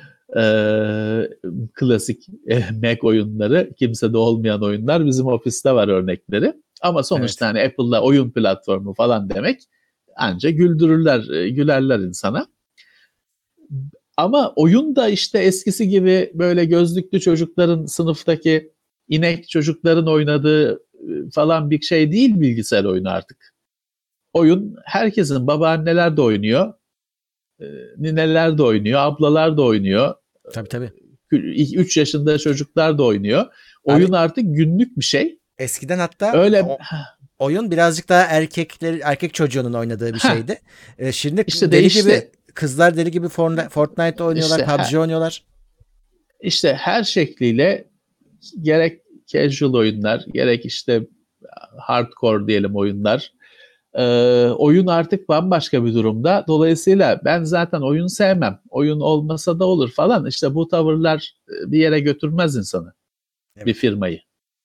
Klasik Mac oyunları, kimsede olmayan oyunlar bizim ofiste var örnekleri. Ama sonuçta hani Apple'la oyun platformu falan demek anca gülerler insana. Ama oyun da işte eskisi gibi böyle gözlüklü çocukların sınıftaki inek çocukların oynadığı falan bir şey değil bilgisayar oyunu artık. Oyun herkesin, babaanneler de oynuyor, nineler de oynuyor, ablalar da oynuyor. Tabii. 3 yaşında çocuklar da oynuyor. Oyun artık günlük bir şey. Eskiden hatta öyle oyun birazcık daha erkek çocuğunun oynadığı bir şeydi. Şimdi işte deli değişti. gibi kızlar deli gibi Fortnite oynuyorlar, İşte PUBG oynuyorlar. İşte her şekliyle gerek casual oyunlar, gerek işte hardcore diyelim oyunlar. Oyun artık bambaşka bir durumda. Dolayısıyla ben zaten oyun sevmem. Oyun olmasa da olur falan. İşte bu tavırlar bir yere götürmez insanı. Evet. Bir firmayı.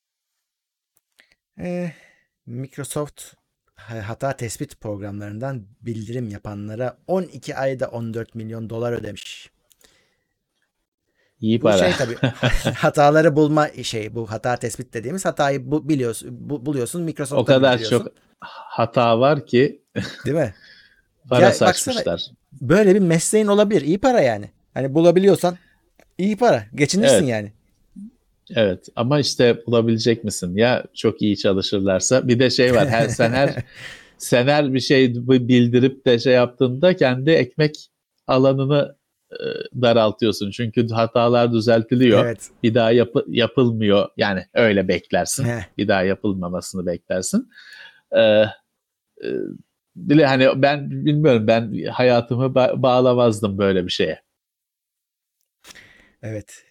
Microsoft hata tespit programlarından bildirim yapanlara 12 ayda $14 milyon ödemiş. İyi Bu para. şey tabii hataları bulma bu hata tespit dediğimiz hatayı buluyorsun O Microsoft'a kadar bildiriyorsun. çok hata var ki Değil mi? para Ya baksana saçmışlar. böyle bir mesleğin olabilir. İyi para yani. Hani bulabiliyorsan iyi para. Geçinirsin Evet. yani. Evet ama işte bulabilecek misin? Ya çok iyi çalışırlarsa. Bir de şey var. Sen her bir şey bildirip de şey yaptığında kendi ekmek alanını daraltıyorsun. Çünkü hatalar düzeltiliyor. Evet. Bir daha yapılmıyor. Yani öyle beklersin. Heh. Bir daha yapılmamasını beklersin. Ee, e, bile hani ben bilmiyorum, ben hayatımı bağlamazdım böyle bir şeye. Evet.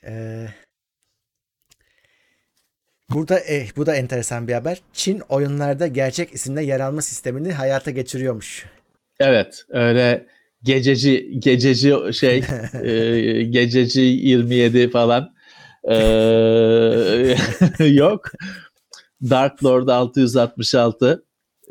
Burada bu da enteresan bir haber. Çin oyunlarda gerçek isimle yer alma sistemini hayata geçiriyormuş. Evet, öyle gececi gececi 27 falan e, yok. Dark Lord 666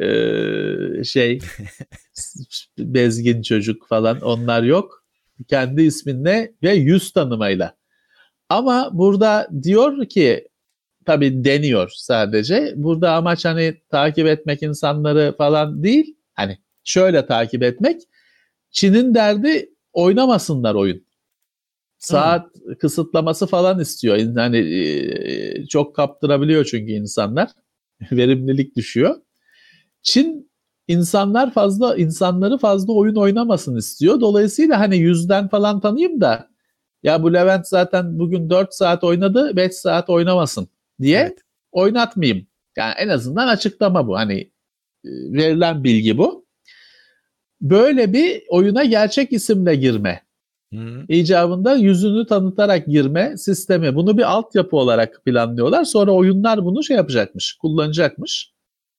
bezgin çocuk falan, onlar yok. Kendi isminle ve yüz tanımayla. Ama burada diyor ki, tabii deniyor sadece. Burada amaç hani takip etmek insanları falan değil. Hani şöyle takip etmek. Çin'in derdi oynamasınlar oyun. Hmm. Saat kısıtlaması falan istiyor. Hani çok kaptırabiliyor çünkü insanlar. Verimlilik düşüyor. Çin insanları fazla oyun oynamasın istiyor. Dolayısıyla hani yüzden falan tanıyayım da ya bu Levent zaten bugün 4 saat oynadı, 5 saat oynamasın diye Evet. oynatmayayım. Yani en azından açıklama bu. Hani verilen bilgi bu. Böyle bir oyuna gerçek isimle girme Hı. icabında yüzünü tanıtarak girme sistemi. Bunu bir altyapı olarak planlıyorlar. Sonra oyunlar bunu şey yapacakmış, kullanacakmış.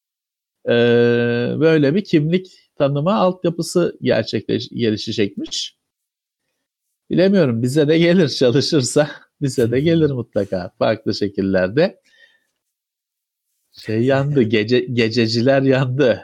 Böyle bir kimlik tanıma altyapısı gelişecekmiş. Bilemiyorum, bize de gelir çalışırsa, bize de gelir mutlaka farklı şekillerde. Şey yandı, gececiler yandı.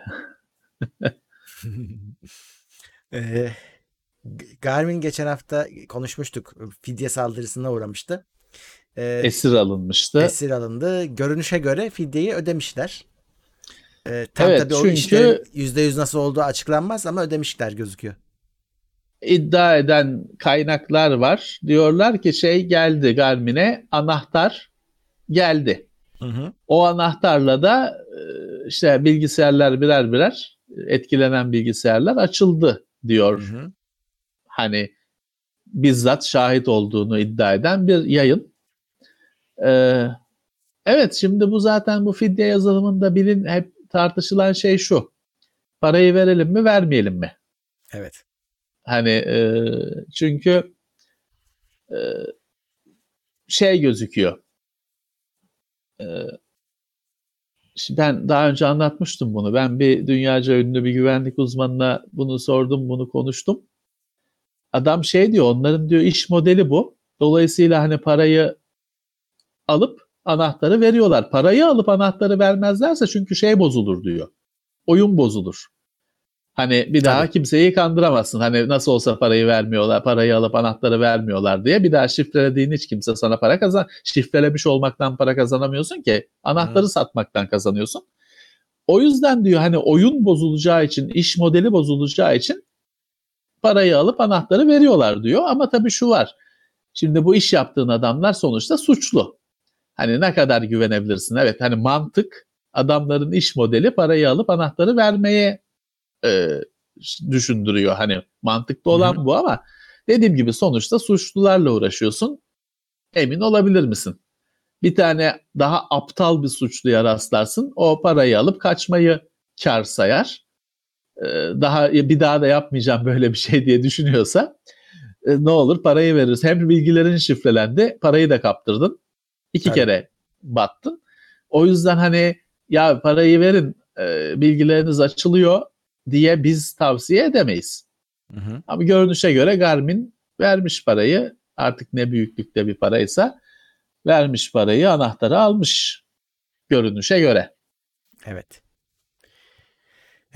Ee, Garmin geçen hafta konuşmuştuk. Fidye saldırısına uğramıştı. Esir alınmıştı. Esir alındı. Görünüşe göre fidyeyi ödemişler. Tam Evet, tabii o işlerin çünkü %100 nasıl olduğu açıklanmaz ama ödemişler gözüküyor. iddia eden kaynaklar var. Diyorlar ki şey geldi Garmin'e, anahtar geldi. Hı hı. O anahtarla da işte bilgisayarlar birer birer, etkilenen bilgisayarlar açıldı Hı diyor. hı. Hani bizzat şahit olduğunu iddia eden bir yayın. Ee, evet, şimdi bu zaten bu fidye yazılımında hep tartışılan şey şu. Parayı verelim mi, vermeyelim mi? Evet. Hani çünkü e, şey gözüküyor. E, Şimdi ben daha önce anlatmıştım bunu. Ben bir dünyaca ünlü bir güvenlik uzmanına bunu sordum, bunu konuştum. Adam şey diyor, onların diyor iş modeli bu. Dolayısıyla hani parayı alıp anahtarı veriyorlar. Parayı alıp anahtarı vermezlerse çünkü şey bozulur diyor. Oyun bozulur. Hani bir daha Tabii. kimseyi kandıramazsın. Hani nasıl olsa parayı vermiyorlar, parayı alıp anahtarı vermiyorlar diye. Bir daha şifrelediğin hiç kimse sana şifrelemiş olmaktan para kazanamıyorsun ki. Hı. Anahtarı satmaktan kazanıyorsun. O yüzden diyor hani oyun bozulacağı için, iş modeli bozulacağı için parayı alıp anahtarı veriyorlar diyor. Ama tabii şu var. Şimdi bu iş yaptığın adamlar sonuçta suçlu. Hani ne kadar güvenebilirsin? Evet, hani mantık, adamların iş modeli parayı alıp anahtarı vermeye e, düşündürüyor. Hani mantıklı Hı hı. olan bu ama dediğim gibi sonuçta suçlularla uğraşıyorsun. Emin olabilir misin? Bir tane daha aptal bir suçluya rastlarsın. O parayı alıp kaçmayı kar sayar. Bir daha da yapmayacağım böyle bir şey diye düşünüyorsa ne olur, parayı veririz. Hem bilgilerin şifrelendi, parayı da kaptırdın. İki Tabii. kere battın. O yüzden hani ya parayı verin, bilgileriniz açılıyor diye biz tavsiye edemeyiz. Hı hı. Ama görünüşe göre Garmin vermiş parayı, artık ne büyüklükte bir paraysa vermiş parayı, anahtarı almış görünüşe göre. Evet.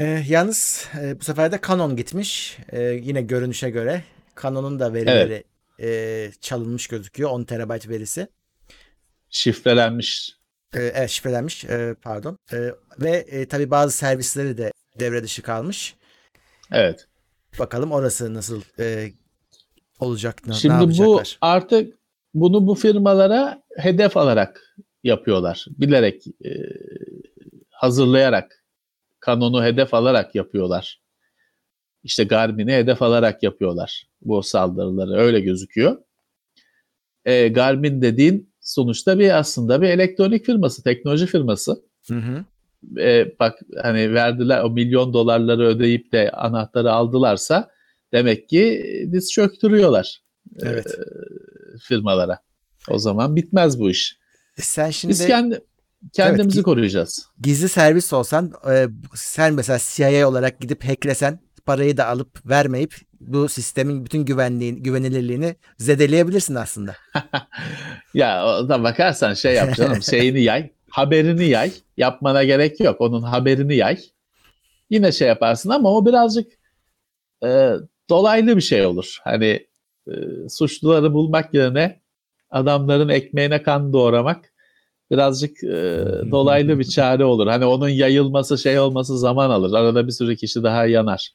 Yalnız bu sefer de Canon gitmiş. Yine görünüşe göre Canon'un da Evet. verileri çalınmış gözüküyor. 10 terabayt verisi. Şifrelenmiş. Evet, şifrelenmiş. Pardon. Ve tabii bazı servisleri de devre dışı kalmış. Evet. Bakalım orası nasıl olacak, ne Şimdi bu yapacaklar? artık bunu bu firmalara hedef alarak yapıyorlar. Bilerek, hazırlayarak, Canon'u hedef alarak yapıyorlar. İşte Garmin'i hedef alarak yapıyorlar bu saldırıları. Öyle gözüküyor. Garmin dediğin sonuçta aslında bir elektronik firması, teknoloji firması. Hı hı. Bak hani verdiler, o milyon dolarları ödeyip de anahtarı aldılarsa demek ki diz çöktürüyorlar Evet. firmalara. O zaman bitmez bu iş. Sen şimdi Biz kendimizi Evet, koruyacağız. gizli servis olsan, sen mesela CIA olarak gidip hacklesen, parayı da alıp vermeyip bu sistemin bütün güvenilirliğini zedeleyebilirsin aslında. Ya o da bakarsan şey yap canım, şeyini yay, haberini yay. Yapmana gerek yok. Onun haberini yay. Yine şey yaparsın ama o birazcık dolaylı bir şey olur. Hani suçluları bulmak yerine adamların ekmeğine kan doğramak birazcık dolaylı bir çare olur. Hani onun yayılması, şey olması zaman alır. Arada bir sürü kişi daha yanar.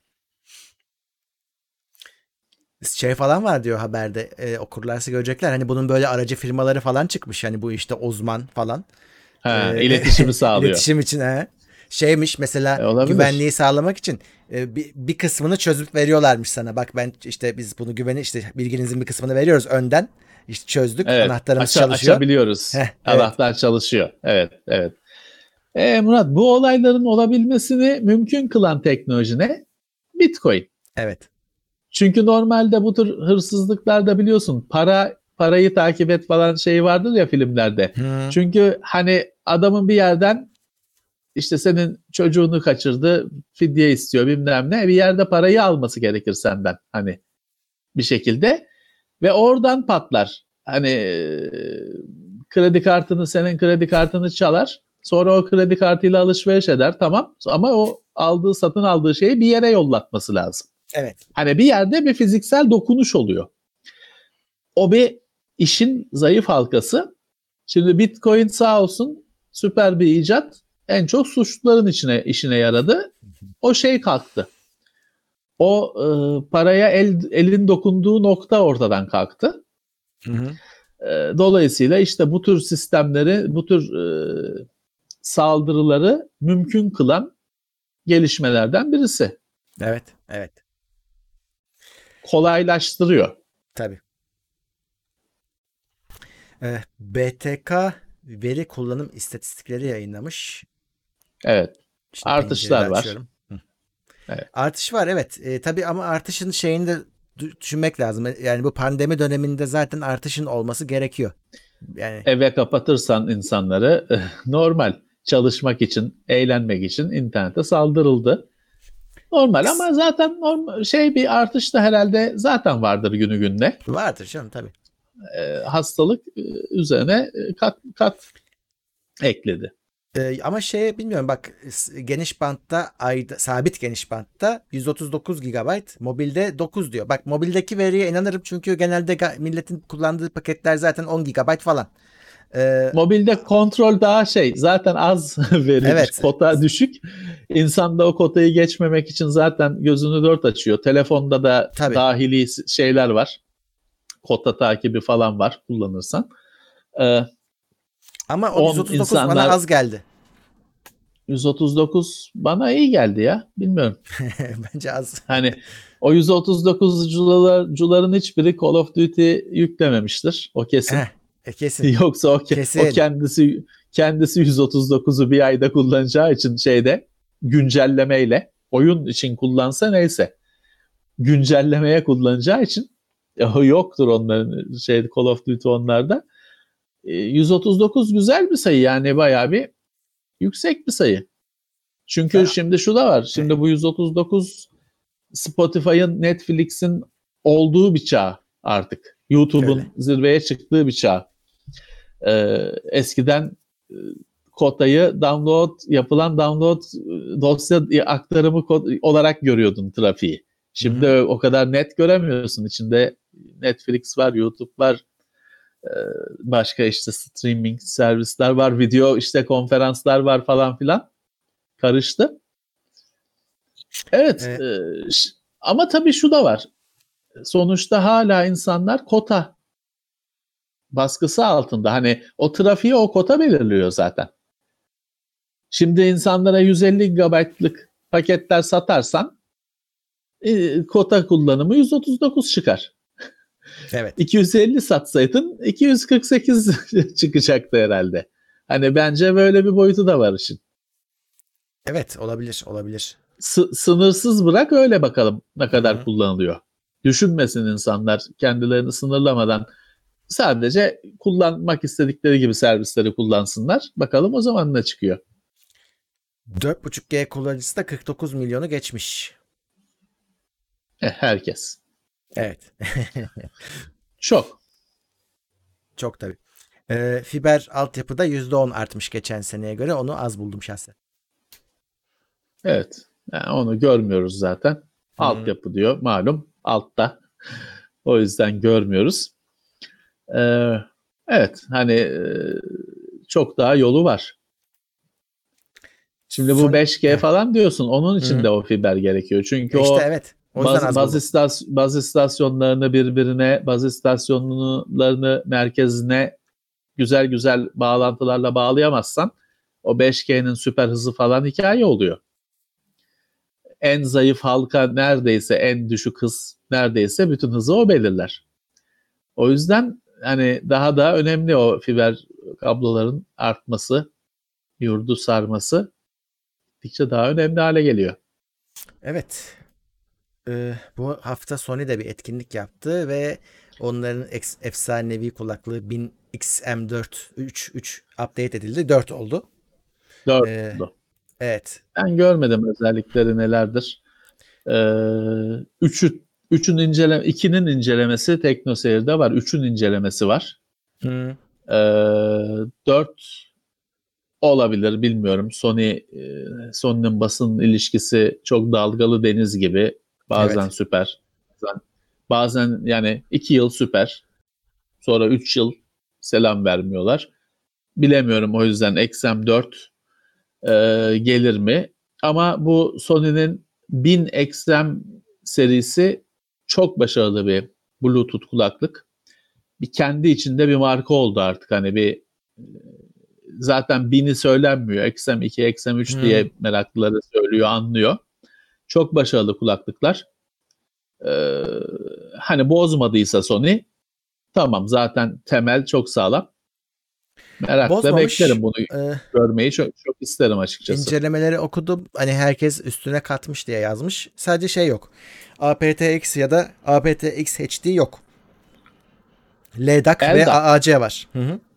Şey falan var diyor haberde, okurlarsa görecekler. Hani bunun böyle aracı firmaları falan çıkmış. Hani bu işte uzman falan. İletişimi sağlıyor. İletişim için şeymiş mesela, Olabilir. güvenliği sağlamak için bir kısmını çözüp veriyorlarmış sana. Bak ben işte biz bunu işte bilginizin bir kısmını veriyoruz önden. İşte çözdük. Evet, Anahtarımız çalışıyor. açabiliyoruz. Evet. Anahtar çalışıyor. Evet, evet. Murat, bu olayların olabilmesini mümkün kılan teknoloji ne? Bitcoin. Evet. Çünkü normalde bu tür hırsızlıklarda biliyorsun parayı takip et falan şeyi vardır ya filmlerde. Hı. Çünkü hani adamın bir yerden işte senin çocuğunu kaçırdı, fidye istiyor bilmem ne, bir yerde parayı alması gerekir senden hani bir şekilde ve oradan patlar. Hani senin kredi kartını çalar. Sonra o kredi kartıyla alışveriş eder, tamam, ama o satın aldığı şeyi bir yere yollatması lazım. Evet. Hani bir yerde bir fiziksel dokunuş oluyor. O bir işin zayıf halkası. Şimdi Bitcoin sağ olsun süper bir icat. En çok suçluların işine yaradı. O şey kalktı. O paraya elin dokunduğu nokta ortadan kalktı. Hı hı. Dolayısıyla işte bu tür sistemleri, bu tür saldırıları mümkün kılan gelişmelerden birisi. Evet. Evet. Kolaylaştırıyor. Tabii. BTK veri kullanım istatistikleri yayınlamış. Evet. İşte Artışlar pencereyi var. açıyorum. Hı. Evet. Artış var, evet. Tabii ama artışın şeyini de düşünmek lazım. Yani bu pandemi döneminde zaten artışın olması gerekiyor. Yani Eve kapatırsan insanları normal çalışmak için, eğlenmek için internete saldırıldı. Normal ama zaten bir artış da herhalde zaten vardır günü gününe. vardır canım tabii. Hastalık üzerine kat ekledi. Ama bilmiyorum bak, geniş bantta sabit geniş bantta 139 GB, mobilde 9 diyor. Bak mobildeki veriye inanırım çünkü genelde milletin kullandığı paketler zaten 10 GB falan. Mobilde kontrol daha zaten az verilmiş. Evet. Kota düşük. İnsan da o kotayı geçmemek için zaten gözünü dört açıyor. Telefonda da Tabii. dahili şeyler var. Kota takibi falan var kullanırsan. Ama o 139 bana az geldi. 139 bana iyi geldi ya. Bilmiyorum. Bence az. Hani o 139'cuların hiçbiri Call of Duty yüklememiştir. O kesin. Kesin. Yoksa o Kesin. kendisi 139'u bir ayda kullanacağı için güncellemeyle oyun için kullansa neyse. Güncellemeye kullanacağı için yoktur onların Call of Duty onlarda. 139 güzel bir sayı, yani bayağı bir yüksek bir sayı. Çünkü şimdi şu da var. Şimdi bu 139 Spotify'ın, Netflix'in olduğu bir çağ artık. YouTube'un zirveye çıktığı bir çağ. Eskiden kotayı yapılan download dosya aktarımı olarak görüyordun trafiği. Şimdi o kadar net göremiyorsun. İçinde Netflix var, YouTube var, başka işte streaming servisler var, video işte konferanslar var falan filan. Karıştı. Evet, ama tabii şu da var. Sonuçta hala insanlar kota baskısı altında. Hani o trafiği o kota belirliyor zaten. Şimdi insanlara 150 GB'lık paketler satarsan kota kullanımı 139 çıkar. Evet. 250 satsaydın 248 çıkacaktı herhalde. Hani bence böyle bir boyutu da var işin. Evet, olabilir. Sınırsız bırak, öyle bakalım ne kadar kullanılıyor. Düşünmesin insanlar, kendilerini sınırlamadan sadece kullanmak istedikleri gibi servisleri kullansınlar. Bakalım o zaman ne çıkıyor. 4.5G kullanıcısı da 49 milyonu geçmiş. Herkes. Evet. Çok. Çok tabii. Fiber altyapıda %10 artmış geçen seneye göre. Onu az buldum şahsen. Evet. Yani onu görmüyoruz zaten. Altyapı diyor malum altta. O yüzden görmüyoruz. Evet, hani çok daha yolu var. Şimdi bu 5G falan diyorsun. Onun için de o fiber gerekiyor. Çünkü işte o evet. O yüzden baz istasyonlarını birbirine, baz istasyonlarını merkezine güzel güzel bağlantılarla bağlayamazsan o 5G'nin süper hızı falan hikaye oluyor. En zayıf halka neredeyse, en düşük hız neredeyse bütün hızı o belirler. O yüzden hani daha da önemli o fiber kabloların artması, yurdu sarması gittikçe daha önemli hale geliyor. Evet. Bu hafta Sony de bir etkinlik yaptı ve onların efsanevi kulaklığı 1000 XM4 3 update edildi. 4 oldu. 4 oldu. Evet. Ben görmedim özellikleri nelerdir. 3'ün 2'nin incelemesi TeknoSeyir'de var. 3'ün incelemesi var. 4 olabilir, bilmiyorum. Sony'nin basın ilişkisi çok dalgalı deniz gibi. Bazen süper. Bazen yani 2 yıl süper. Sonra 3 yıl selam vermiyorlar. Bilemiyorum, o yüzden XM4 gelir mi? Ama bu Sony'nin 1000 XM serisi çok başarılı bir Bluetooth kulaklık. Bir kendi içinde bir marka oldu artık. Hani bir zaten 1000'i söylenmiyor. XM2, XM3 diye meraklıları söylüyor, anlıyor. Çok başarılı kulaklıklar. Hani bozmadıysa Sony, tamam, zaten temel çok sağlam. Merakla beklerim bunu. Görmeyi çok isterim açıkçası. İncelemeleri okudum. Hani herkes üstüne katmış diye yazmış. Sadece şey yok. aptX ya da aptX HD yok. LDAC ve AAC var.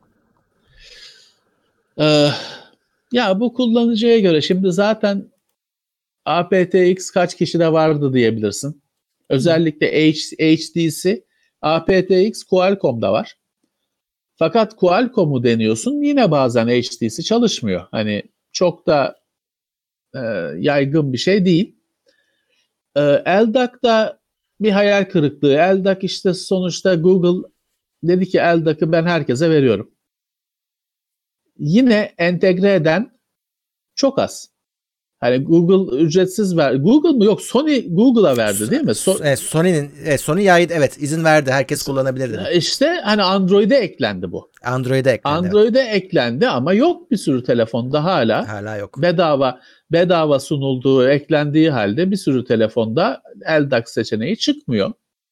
Ya bu kullanıcıya göre, şimdi zaten aptX kaç kişide vardı diyebilirsin. Özellikle HD'si aptX Qualcomm'da var. Fakat Qualcomm'u deniyorsun, yine bazen HD'si çalışmıyor. Hani çok da yaygın bir şey değil. LDAC'da bir hayal kırıklığı. LDAC işte sonuçta Google dedi ki LDAC'ı ben herkese veriyorum. Yine entegre eden çok az. Hani Google ücretsiz ver. Google mu? Yok, Sony Google'a verdi değil mi? Sony yaydı, evet, izin verdi. Herkes kullanabilir dedi. İşte hani Android'e eklendi bu. Android'e eklendi ama yok, bir sürü telefonda hala yok. Bedava sunulduğu, eklendiği halde bir sürü telefonda LDAC seçeneği çıkmıyor.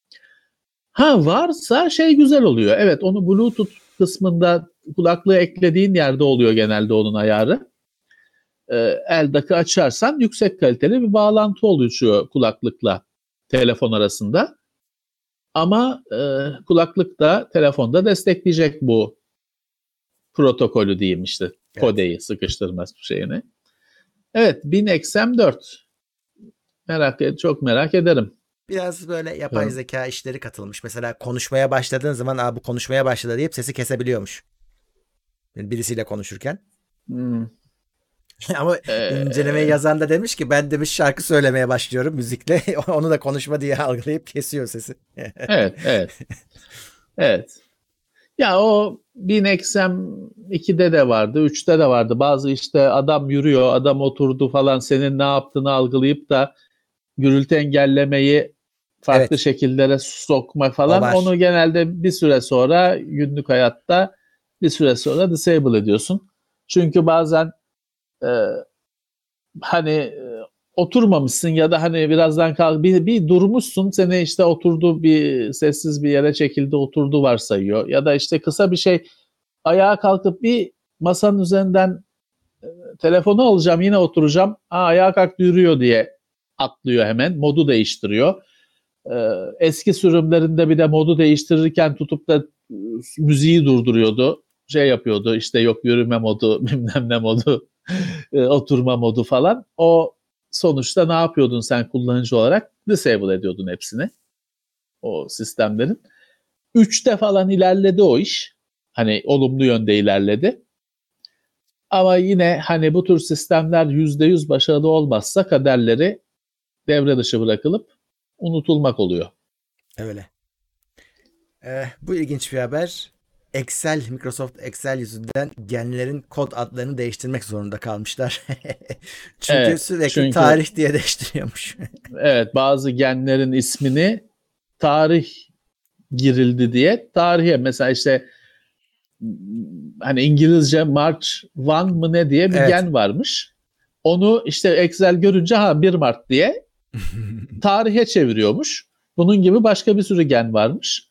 Varsa güzel oluyor. Evet, onu Bluetooth kısmında kulaklığı eklediğin yerde oluyor genelde onun ayarı. LDAC'ı açarsan yüksek kaliteli bir bağlantı oluşuyor kulaklıkla telefon arasında. Ama kulaklık da telefonda destekleyecek bu protokolü diyeyim işte. Kodeyi sıkıştırma şeyini. Evet, 1000 XM4. Çok merak ederim. Biraz böyle yapay zeka işleri katılmış. Mesela konuşmaya başladığın zaman bu konuşmaya başladı deyip sesi kesebiliyormuş. Birisiyle konuşurken. Ama incelemeyi yazan da demiş ki ben demiş şarkı söylemeye başlıyorum müzikle. Onu da konuşma diye algılayıp kesiyor sesi. Evet, evet. Evet. Ya o 1000XM2'de de vardı, 3'te de vardı. Bazı işte adam yürüyor, adam oturdu falan, senin ne yaptığını algılayıp da gürültü engellemeyi farklı Evet, şekillere sokma o falan. var. Onu genelde bir süre sonra günlük hayatta bir süre sonra disable ediyorsun. Çünkü bazen e, hani oturmamışsın ya da hani birazdan kalk bir durmuşsun, seni işte oturdu, bir sessiz bir yere çekildi, oturdu varsayıyor ya da işte kısa bir şey, ayağa kalkıp bir masanın üzerinden telefonu alacağım, yine oturacağım, ayağa kalktı yürüyor diye atlıyor, hemen modu değiştiriyor. Eski sürümlerinde bir de modu değiştirirken tutup da müziği durduruyordu, şey yapıyordu işte, yok yürüme modu bilmem ne modu oturma modu falan. O sonuçta ne yapıyordun sen kullanıcı olarak? Disable ediyordun hepsini, o sistemlerin. 3'te falan ilerledi o iş. Hani olumlu yönde ilerledi. Ama yine hani bu tür sistemler %100 başarılı olmazsa kaderleri devre dışı bırakılıp unutulmak oluyor. Öyle. Bu ilginç bir haber. Microsoft Excel yüzünden genlerin kod adlarını değiştirmek zorunda kalmışlar. Çünkü Evet, sürekli çünkü tarih diye değiştiriyormuş. evet, bazı genlerin ismini tarih girildi diye tarihe, mesela işte hani İngilizce March 1 mı ne diye bir Evet. gen varmış. Onu işte Excel görünce 1 Mart diye tarihe çeviriyormuş. Bunun gibi başka bir sürü gen varmış.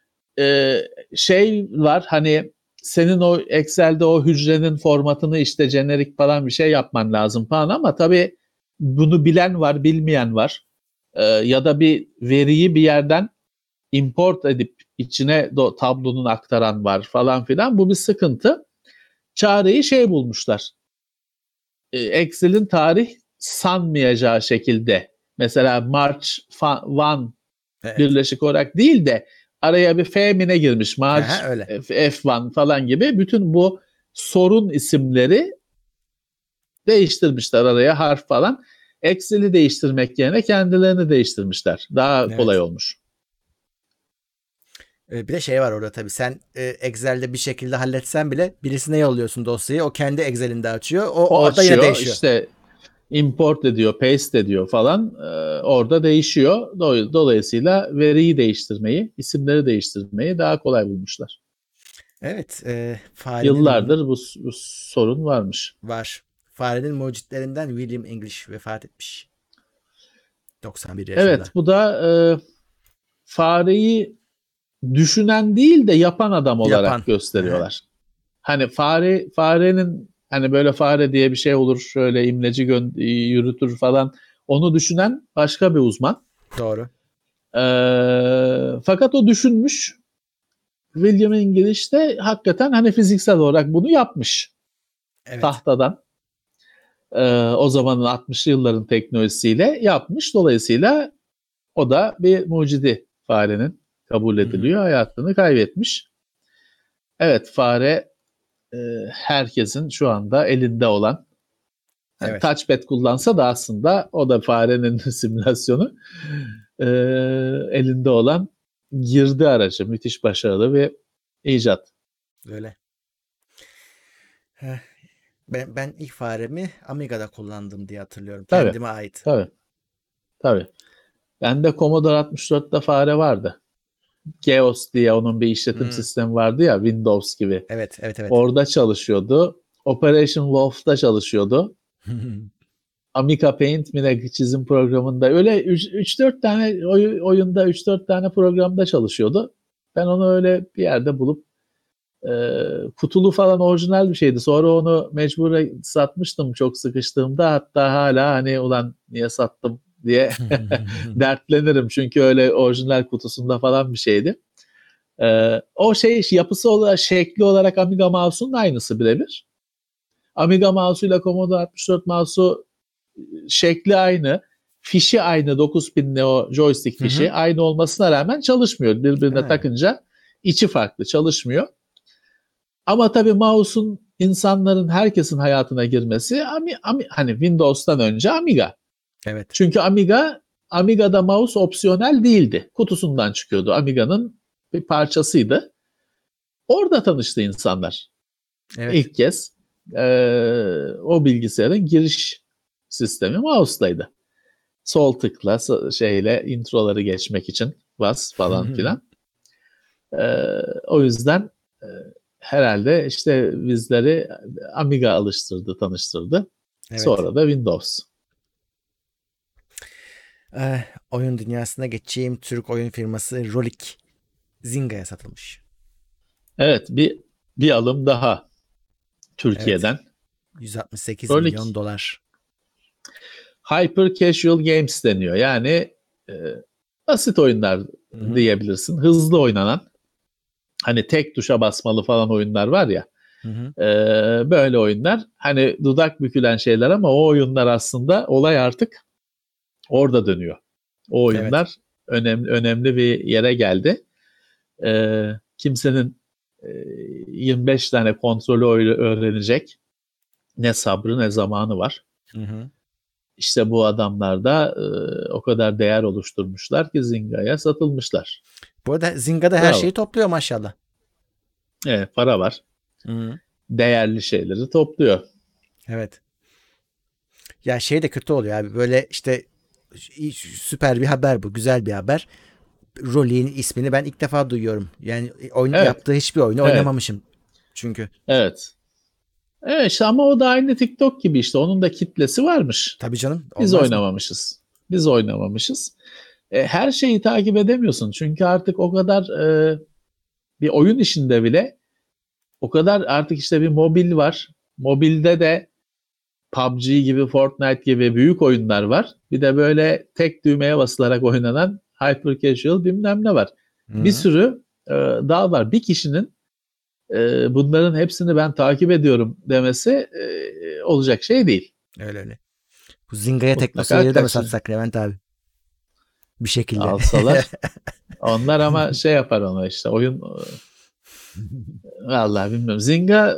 Şey var, hani senin o Excel'de o hücrenin formatını işte jenerik falan bir şey yapman lazım falan, ama tabii bunu bilen var, bilmeyen var. Ya da bir veriyi bir yerden import edip içine tablonun aktaran var falan filan. Bu bir sıkıntı. Çareyi şey bulmuşlar. Excel'in tarih sanmayacağı şekilde. Mesela March 1 Evet. birleşik olarak değil de araya bir F mine girmiş. March Aha, öyle. F1 falan gibi bütün bu sorun isimleri değiştirmişler, araya harf falan. Excel'i değiştirmek yerine kendilerini değiştirmişler. Daha kolay Evet. olmuş. Bir de şey var orada tabii. Sen Excel'de bir şekilde halletsen bile birisine yolluyorsun dosyayı. O kendi Excel'inde açıyor. O Orada yine açıyor değişiyor. işte, import ediyor, paste ediyor falan. Orada değişiyor. Dolayısıyla veriyi değiştirmeyi, isimleri değiştirmeyi daha kolay bulmuşlar. Evet. Yıllardır bu sorun varmış. Var. Farenin mucitlerinden William English vefat etmiş. 91 Evet, yaşında. bu da fareyi düşünen değil de yapan adam Yapan. olarak Aha, gösteriyorlar. Hani farenin hani böyle fare diye bir şey olur, şöyle imleci yürütür falan. Onu düşünen başka bir uzman. doğru. Fakat o düşünmüş. William English de hakikaten hani fiziksel olarak bunu yapmış. Evet. Tahtadan. O zamanın 60'lı yılların teknolojisiyle yapmış. Dolayısıyla o da bir mucidi farenin, kabul Hı hı. ediliyor. Hayatını kaybetmiş. Evet, fare herkesin şu anda elinde olan, hani Evet. touchpad kullansa da aslında o da farenin simülasyonu, e, elinde olan girdi aracı. Müthiş başarılı bir icat. Öyle. Heh. Ben ilk faremi Amiga'da kullandım diye hatırlıyorum. Tabii, Kendime ait. tabii, tabii. Bende Commodore 64'te fare vardı. Geos diye onun bir işletim Hmm. sistemi vardı ya, Windows gibi. Evet. Evet. Evet. Orada çalışıyordu. Operation Wolf'ta çalışıyordu. Amiga Paint mi ne, çizim programında, öyle 3-4 tane oyunda 3-4 tane programda çalışıyordu. Ben onu öyle bir yerde bulup e, kutulu falan orijinal bir şeydi. Sonra onu mecbur satmıştım çok sıkıştığımda. Hatta hala hani ulan niye sattım diye dertlenirim. Çünkü öyle orijinal kutusunda falan bir şeydi. O şey yapısı olarak, şekli olarak Amiga Mouse'un aynısı birebir. Amiga Mouse'uyla Commodore 64 Mouse'u şekli aynı, fişi aynı, 9 pinli o joystick Hı hı. fişi aynı olmasına rağmen çalışmıyor. Birbirine Ha, takınca içi farklı, çalışmıyor. Ama tabii mouse'un insanların, herkesin hayatına girmesi hani Windows'tan önce Amiga. evet. Çünkü Amiga Amiga'da mouse opsiyonel değildi. Kutusundan çıkıyordu. Amiga'nın bir parçasıydı. Orada tanıştı insanlar. Evet. İlk kez o bilgisayarın giriş sistemi mouse'laydı. Sol tıkla şeyle introları geçmek için bas falan filan. O yüzden herhalde işte bizleri Amiga alıştırdı, tanıştırdı. Evet. Sonra da Windows. Oyun dünyasına geçeyim. Türk oyun firması Rolik Zynga'ya satılmış. Evet, bir alım daha Türkiye'den. Evet. 168 Rolik. milyon dolar. Hyper Casual Games deniyor. Yani basit oyunlar diyebilirsin. Hızlı oynanan, hani tek tuşa basmalı falan oyunlar var ya. Böyle oyunlar. Hani dudak bükülen şeyler ama o oyunlar aslında olay artık orada dönüyor. O oyunlar önemli bir yere geldi. Kimsenin 25 tane kontrolü öğrenecek ne sabrı ne zamanı var. İşte bu adamlar da o kadar değer oluşturmuşlar ki Zynga'ya satılmışlar. Bu arada Zynga'da her şeyi topluyor maşallah. Evet, para var. Değerli şeyleri topluyor. Evet. Ya şey de kötü oluyor abi. Böyle işte süper bir haber bu. Güzel bir haber. Rolik'in ismini ben ilk defa duyuyorum. Yani yaptığı hiçbir oyunu oynamamışım. Çünkü. Evet. Evet işte ama o da aynı TikTok gibi işte. Onun da kitlesi varmış. Tabii canım. Biz oynamamışız. Biz oynamamışız. Her şeyi takip edemiyorsun. Çünkü artık o kadar bir oyun işinde bile o kadar artık işte bir mobil var. Mobilde de PUBG gibi, Fortnite gibi büyük oyunlar var. Bir de böyle tek düğmeye basılarak oynanan hyper casual bilmem ne var. Bir sürü daha var. Bir kişinin bunların hepsini ben takip ediyorum demesi olacak şey değil. Öyle. Bu Zynga'ya teknoseyir'i de mi satsak Levent abi? Bir şekilde. Alsalar. Onlar ama şey yapar ona işte oyun vallahi bilmiyorum. Zynga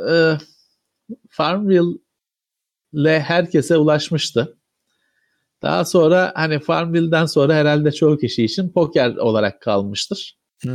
Farmville'le herkese ulaşmıştı. Daha sonra hani Farmville'den sonra herhalde çoğu kişi için poker olarak kalmıştır.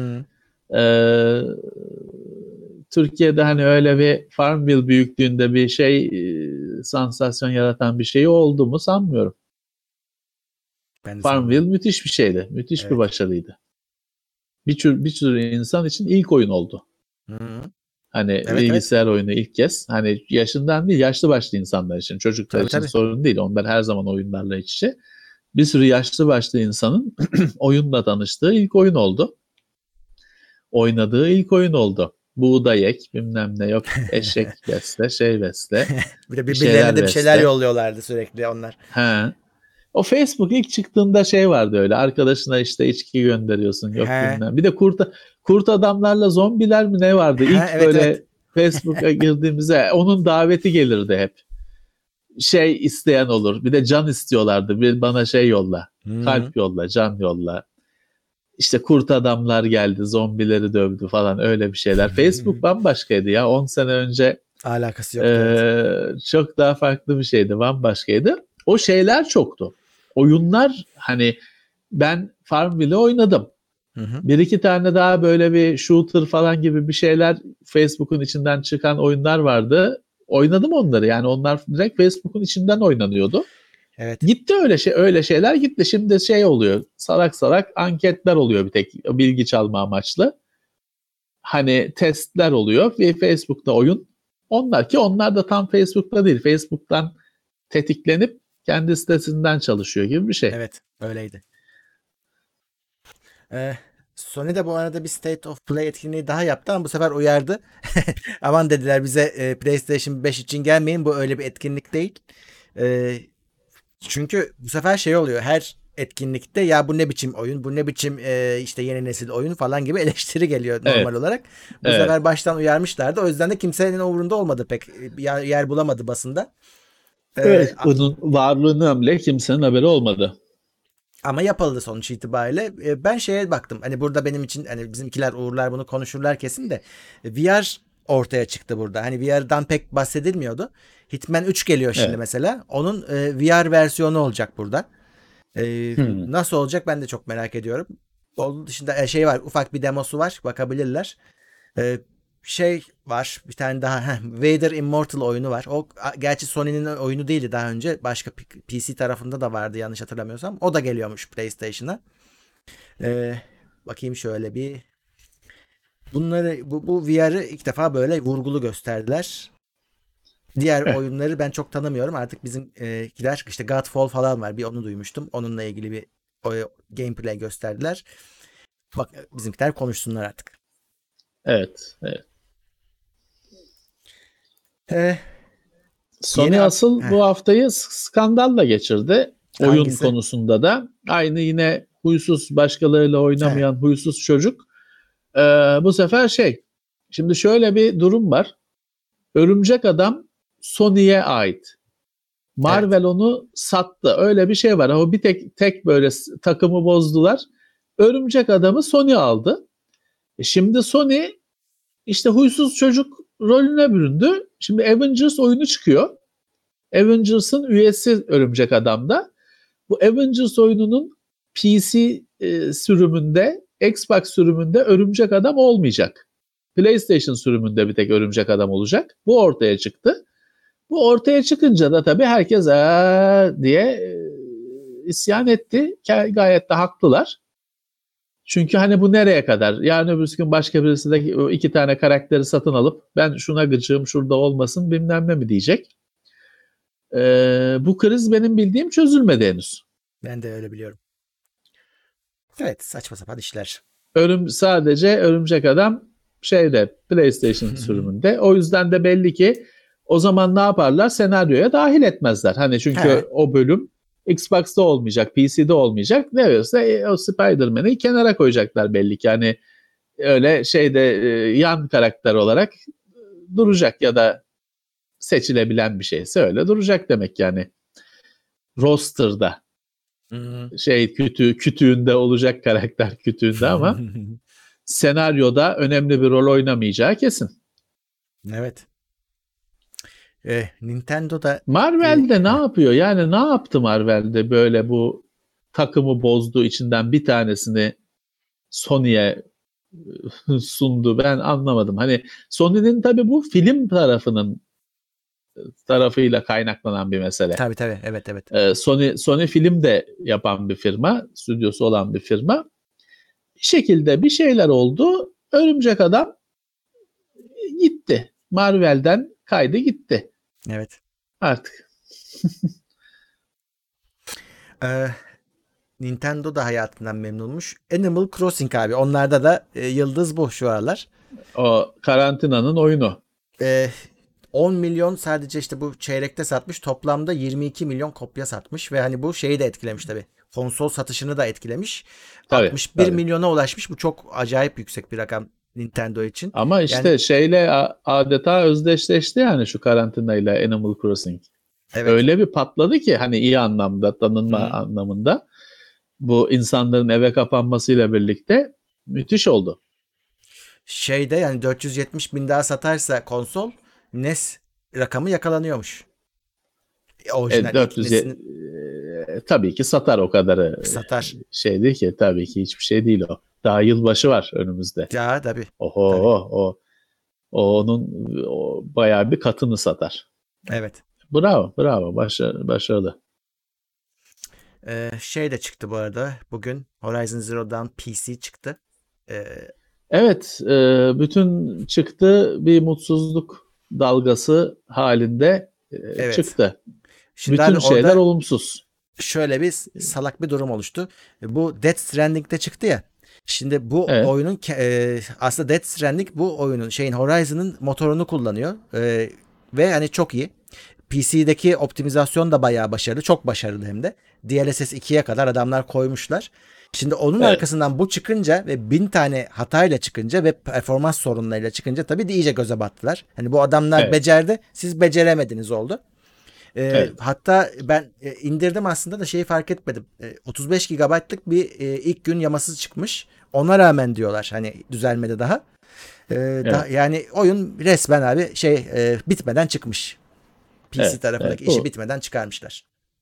Türkiye'de hani öyle bir Farmville büyüklüğünde bir şey sansasyon yaratan bir şey oldu mu sanmıyorum. Farmville müthiş bir şeydi. Müthiş bir başarıydı. Bir sürü insan için ilk oyun oldu. Hani bilgisayar oyunu ilk kez. Hani yaşından değil, yaşlı başlı insanlar için. Çocuklar için sorun değil. Onlar her zaman oyunlarla iç içe. Bir sürü yaşlı başlı insanın oyunla tanıştığı ilk oyun oldu. Oynadığı ilk oyun oldu. Buğday ek, bilmem ne yok. Eşek besle, şey besle. Bir de birbirlerine de bir şeyler yolluyorlardı sürekli onlar. He. O Facebook ilk çıktığında şey vardı öyle. Arkadaşına işte içki gönderiyorsun. Yok bilmem. Bir de kurt adamlarla zombiler mi ne vardı? İlk böyle Facebook'a girdiğimizde onun daveti gelirdi hep. Şey isteyen olur. Bir de can istiyorlardı. Bir bana şey yolla. Kalp yolla, can yolla. İşte kurt adamlar geldi, zombileri dövdü falan öyle bir şeyler. Facebook bambaşkaydı ya. 10 sene önce alakası yoktu. Çok daha farklı bir şeydi. Bambaşkaydı. O şeyler çoktu. Oyunlar hani ben Farmville'i oynadım. Bir iki tane daha böyle bir shooter falan gibi bir şeyler Facebook'un içinden çıkan oyunlar vardı. Oynadım onları. Yani onlar direkt Facebook'un içinden oynanıyordu. Evet. Gitti öyle şeyler gitti. Şimdi şey oluyor. Salak anketler oluyor bir tek bilgi çalma amaçlı. Hani testler oluyor ve Facebook'ta oyun. Onlar da tam Facebook'ta değil. Facebook'tan tetiklenip kendi sitesinden çalışıyor gibi bir şey. Evet, öyleydi. Sony de bu arada bir State of Play etkinliği daha yaptı ama bu sefer uyardı. Aman dediler bize PlayStation 5 için gelmeyin, bu öyle bir etkinlik değil. Çünkü bu sefer şey oluyor, her etkinlikte ya bu ne biçim oyun, bu ne biçim işte yeni nesil oyun falan gibi eleştiri geliyor normal olarak. Bu sefer baştan uyarmışlardı. O yüzden de kimsenin umurunda olmadı pek. Yer bulamadı basında. Evet, bunun varlığından bile kimsenin haberi olmadı. Ama yapıldı sonuç itibariyle. Ben şeye baktım. Hani burada benim için hani bizimkiler uğurlar bunu konuşurlar kesin de VR ortaya çıktı burada. Hani VR'dan pek bahsedilmiyordu. Hitman 3 geliyor şimdi mesela. Onun VR versiyonu olacak burada. Nasıl olacak ben de çok merak ediyorum. Onun dışında şey var, ufak bir demosu var, bakabilirler. Şey var, bir tane daha Vader Immortal oyunu var. O gerçi Sony'nin oyunu değildi daha önce. Başka PC tarafında da vardı yanlış hatırlamıyorsam. O da geliyormuş PlayStation'a. Bakayım şöyle bir. Bunları bu VR'ı ilk defa böyle vurgulu gösterdiler. Diğer oyunları ben çok tanımıyorum. Artık bizimkiler işte Godfall falan var. Bir onu duymuştum. Onunla ilgili bir gameplay gösterdiler. Bak bizimkiler konuşsunlar artık. Evet. Evet. Sony Yeni asıl bu haftayı skandalla geçirdi. Oyun Hangisi? konusunda da. Aynı yine huysuz, başkalarıyla oynamayan huysuz çocuk. Bu sefer şimdi şöyle bir durum var. Örümcek Adam Sony'ye ait. Marvel onu sattı. Öyle bir şey var. Ama bir tek böyle takımı bozdular. Örümcek Adam'ı Sony aldı. Şimdi Sony işte huysuz çocuk rolüne büründü. Şimdi Avengers oyunu çıkıyor. Avengers'ın üyesi Örümcek Adam'da. Bu Avengers oyununun PC sürümünde, Xbox sürümünde Örümcek Adam olmayacak. PlayStation sürümünde bir tek Örümcek Adam olacak. Bu ortaya çıktı. Bu ortaya çıkınca da tabii herkes diye isyan etti. Gayet de haklılar. Çünkü hani bu nereye kadar? Yarın öbür gün başka birisi de o 2 tane karakteri satın alıp ben şuna gıcığım şurada olmasın bilmem ne mi diyecek. Bu kriz benim bildiğim çözülmedi henüz. Ben de öyle biliyorum. Evet, saçma sapan işler. Sadece Örümcek Adam PlayStation sürümünde. O yüzden de belli ki o zaman ne yaparlar? Senaryoya dahil etmezler. Hani çünkü o bölüm Xbox'ta olmayacak, PC'de olmayacak. Ne olursa o Spider-Man'i kenara koyacaklar belli ki. Hani öyle yan karakter olarak duracak ya da seçilebilen bir şeyse öyle duracak demek yani. Roster'da. Kütüğünde olacak karakter kütüğünde ama senaryoda önemli bir rol oynamayacağı kesin. Evet. Nintendo'da Marvel'de ne yapıyor? Yani ne yaptı Marvel'de böyle bu takımı bozdu, içinden bir tanesini Sony'ye sundu. Ben anlamadım. Hani Sony'nin tabii bu film tarafıyla kaynaklanan bir mesele. Tabii evet. Sony film de yapan bir firma, stüdyosu olan bir firma. Bir şekilde bir şeyler oldu. Örümcek Adam gitti. Marvel'den kaydı gitti. Evet. Artık. Nintendo da hayatından memnunmuş. Animal Crossing abi. Onlarda da yıldız bu şu aralar. O karantinanın oyunu. 10 milyon sadece işte bu çeyrekte satmış. Toplamda 22 milyon kopya satmış ve hani bu şeyi de etkilemiş tabii. Konsol satışını da etkilemiş. Tabii, 61 milyona ulaşmış. Bu çok acayip yüksek bir rakam Nintendo için. Ama işte adeta özdeşleşti yani şu karantinayla Animal Crossing. Evet. Öyle bir patladı ki hani iyi anlamda, tanınma anlamında. Bu insanların eve kapanmasıyla birlikte müthiş oldu. Yani 470 bin daha satarsa konsol NES rakamı yakalanıyormuş. Tabii ki satar o kadarı. Satar. Değil ki tabii ki hiçbir şey değil o. Daha yılbaşı var önümüzde. Ya tabii. O onun bayağı bir katını satar. Evet. Bravo. Başarılı. De çıktı bu arada. Bugün Horizon Zero Dawn PC çıktı. Evet. Bütün çıktı bir mutsuzluk dalgası halinde çıktı. Şimdi bütün şeyler olumsuz. Şöyle bir salak bir durum oluştu. Bu Death Stranding'de çıktı ya. Şimdi bu oyunun aslında Death Stranding bu oyunun Horizon'ın motorunu kullanıyor. Ve hani çok iyi. PC'deki optimizasyon da bayağı başarılı. Çok başarılı hem de. DLSS 2'ye kadar adamlar koymuşlar. Şimdi onun arkasından bu çıkınca ve 1000 tane hatayla çıkınca ve performans sorunlarıyla çıkınca tabii de iyice göze battılar. Hani bu adamlar becerdi, siz beceremediniz oldu. Hatta ben indirdim aslında da fark etmedim. 35 GB'lık bir ilk gün yaması çıkmış. Ona rağmen diyorlar hani düzelmedi daha. Yani oyun resmen abi bitmeden çıkmış. PC tarafındaki işi bitmeden çıkarmışlar.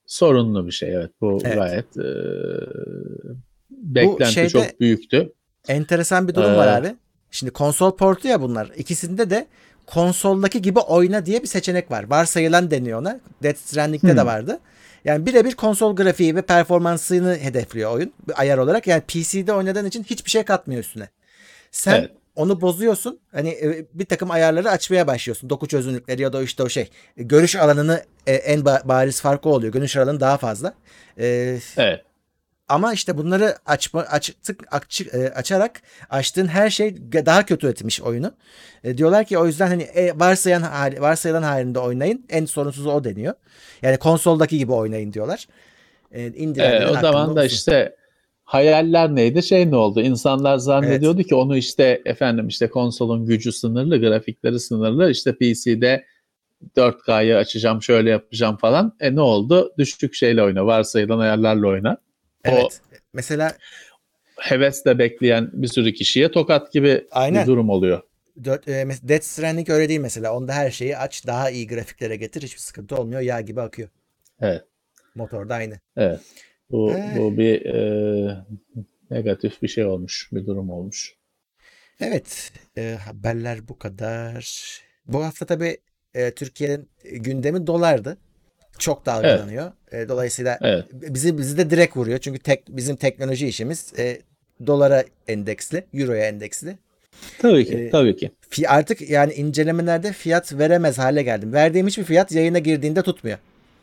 sorunlu bir şey. Evet, bu Evet. gayet beklenti şeyde çok büyüktü. enteresan bir durum var abi. Şimdi konsol portu ya bunlar. İkisinde de konsoldaki gibi oyna diye bir seçenek var. Varsayılan deniyor ona. Death Stranding'de de vardı. Yani birebir konsol grafiği ve performansını hedefliyor oyun ayar olarak. Yani PC'de oynadığın için hiçbir şey katmıyor üstüne. Sen Evet. onu bozuyorsun. Hani bir takım ayarları açmaya başlıyorsun. Doku çözünürlükleri ya da işte o şey. Görüş alanını en bariz farkı oluyor. Görüş alanı daha fazla. Evet. Ama işte bunları açarak açtığın her şey daha kötü etmiş oyunu. Diyorlar ki o yüzden hani varsayılan halinde oynayın. En sorunsuzu o deniyor. Yani konsoldaki gibi oynayın diyorlar. İndirenlerin O hakkında zaman da olsun. işte hayaller neydi? Şey ne oldu? İnsanlar zannediyordu ki onu işte efendim işte konsolun gücü sınırlı, grafikleri sınırlı. İşte PC'de 4K'yı açacağım, şöyle yapacağım falan. Ne oldu? Düşük şeyle oyna, varsayılan ayarlarla oyna. Evet. Mesela Hevesle bekleyen bir sürü kişiye tokat gibi aynen. bir durum oluyor. Death Stranding öyle değil mesela. Onda her şeyi aç, daha iyi grafiklere getir. Hiçbir sıkıntı olmuyor. Yağ gibi akıyor. Evet. Motor da aynı. Evet. Bu bir negatif bir şey olmuş. Bir durum olmuş. Evet. Haberler bu kadar. Bu hafta tabii Türkiye'nin gündemi dolardı. Çok dalgalanıyor. Dolayısıyla bizi de direkt vuruyor. Çünkü bizim teknoloji işimiz dolara endeksli, euroya endeksli. Tabii ki, tabii ki. Artık yani incelemelerde fiyat veremez hale geldim. Verdiğim hiçbir fiyat yayına girdiğinde tutmuyor.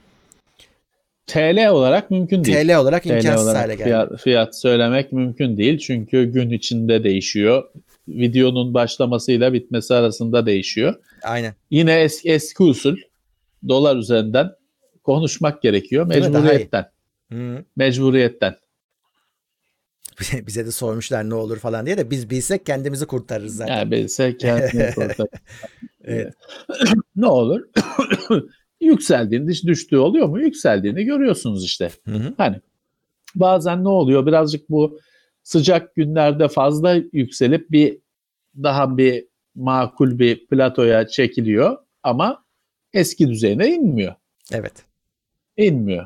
TL olarak mümkün değil. TL olarak TL imkansız olarak hale geldi. fiyat söylemek mümkün değil. Çünkü gün içinde değişiyor. Videonun başlamasıyla bitmesi arasında değişiyor. Aynen. Yine eski usul dolar üzerinden konuşmak gerekiyor. Mecburiyetten. Mecburiyetten. Bize de sormuşlar ne olur falan diye de biz bilsek kendimizi kurtarırız zaten. Yani bilsek kendimizi kurtarırız. Evet. Ne olur? Yükseldiğinde düştüğü oluyor mu? Yükseldiğini görüyorsunuz işte. Hani bazen ne oluyor? Birazcık bu sıcak günlerde fazla yükselip daha bir makul bir platoya çekiliyor ama eski düzeyine inmiyor. Evet. İnmiyor.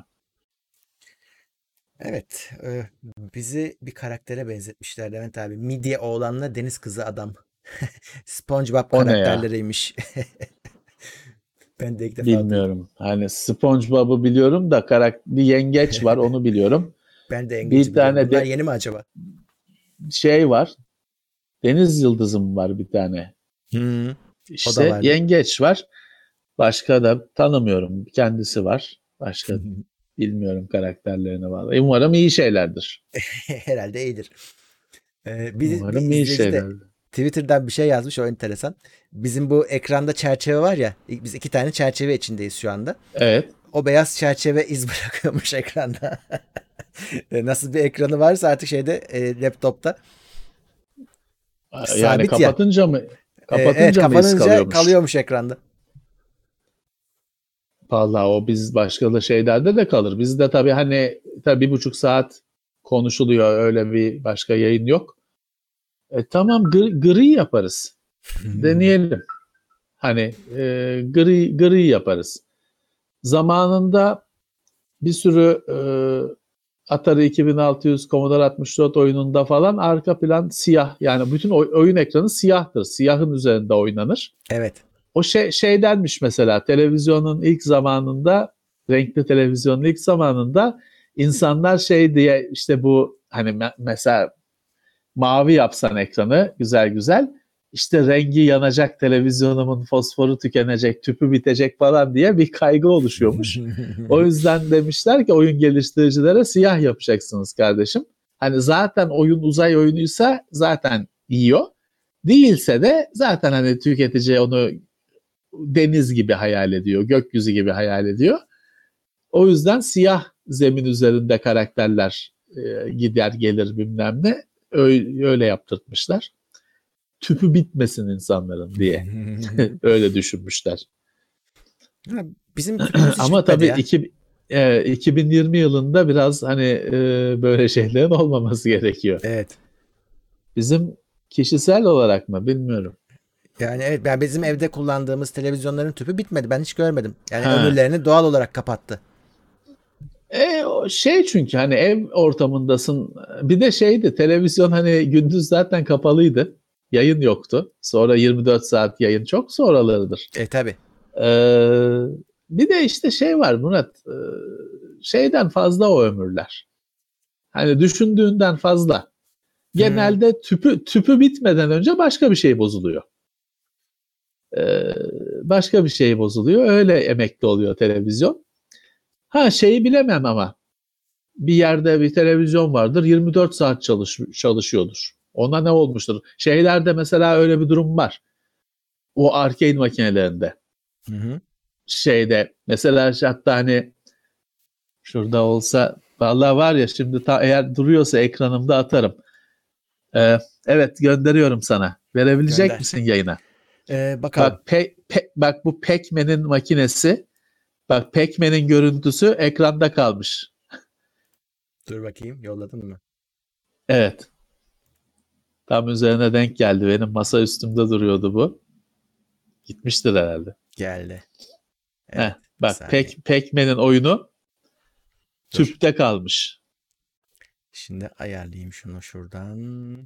Evet. Bizi bir karaktere benzetmişler Levent abi. Midye oğlanla deniz kızı adam. SpongeBob karakterleriymiş. Ben de ilk defa bilmiyorum. Hani SpongeBob'u biliyorum da bir yengeç var, onu biliyorum. Ben de yengeci biliyorum. Bunlar yeni mi acaba? Şey var. Deniz yıldızım var bir tane. İşte yengeç var. Başka da tanımıyorum. Kendisi var. Başka bilmiyorum karakterlerine bağlı. Umarım iyi şeylerdir. Herhalde iyidir. Umarım iyi şeylerdir. Twitter'dan bir şey yazmış, o enteresan. Bizim bu ekranda çerçeve var ya, biz 2 tane çerçeve içindeyiz şu anda. Evet. O beyaz çerçeve iz bırakıyormuş ekranda. Nasıl bir ekranı varsa artık laptopta. Yani sabit kapatınca ya. mı? Kapatınca mı iz kalıyormuş ekranda. Vallahi o biz başka da şeylerde de kalır. Bizde tabii hani 1,5 saat konuşuluyor. Öyle bir başka yayın yok. Tamam gri yaparız. Deneyelim. Hani gri yaparız. Zamanında bir sürü Atari 2600, Commodore 64 oyununda falan arka plan siyah. Yani bütün oyun ekranı siyahtır. Siyahın üzerinde oynanır. Evet. O şeydenmiş mesela televizyonun ilk zamanında, renkli televizyonun ilk zamanında insanlar diye işte bu hani mesela mavi yapsan ekranı güzel güzel, işte rengi yanacak, televizyonumun fosforu tükenecek, tüpü bitecek falan diye bir kaygı oluşuyormuş. O yüzden demişler ki oyun geliştiricilere siyah yapacaksınız kardeşim. Hani zaten oyun uzay oyunuysa zaten yiyor. Değilse de zaten hani tüketici onu deniz gibi hayal ediyor, gökyüzü gibi hayal ediyor. O yüzden siyah zemin üzerinde karakterler gider gelir bilmem ne, öyle yaptırtmışlar. Tüpü bitmesin insanların diye öyle düşünmüşler. Bizim tüpümüz hiç ama bitmedi tabii 2020 yılında biraz hani böyle şeylerin olmaması gerekiyor. Evet. Bizim kişisel olarak mı bilmiyorum. Yani evet, bizim evde kullandığımız televizyonların tüpü bitmedi. Ben hiç görmedim. Yani ömürlerini doğal olarak kapattı. o şey çünkü hani ev ortamındasın. Bir de şeydi, televizyon hani gündüz zaten kapalıydı. Yayın yoktu. Sonra 24 saat yayın çok sonralarıdır. Tabii. Bir de işte şey var Murat. Şeyden fazla o ömürler. Hani düşündüğünden fazla. Genelde tüpü bitmeden önce başka bir şey bozuluyor. Başka bir şey bozuluyor. Öyle emekli oluyor televizyon. Şeyi bilemem ama. Bir yerde bir televizyon vardır. 24 saat çalışıyordur. Ona ne olmuştur? Şeylerde mesela öyle bir durum var. O arcade makinelerinde. Hı. Şeyde mesela hatta hani şurada olsa vallahi var ya şimdi eğer duruyorsa ekranımda atarım. Evet gönderiyorum sana. Verebilecek Gönder. misin yayına? Bakalım. Bak bu Pac-Man'in makinesi. Bak Pac-Man'in görüntüsü ekranda kalmış. Dur bakayım, yolladın mı? Evet. Tam üzerine denk geldi. Benim masa üstümde duruyordu bu. Gitmiştir herhalde. Geldi. Evet, bak Pac-Man'in oyunu tüpte kalmış. Şimdi ayarlayayım şunu şuradan.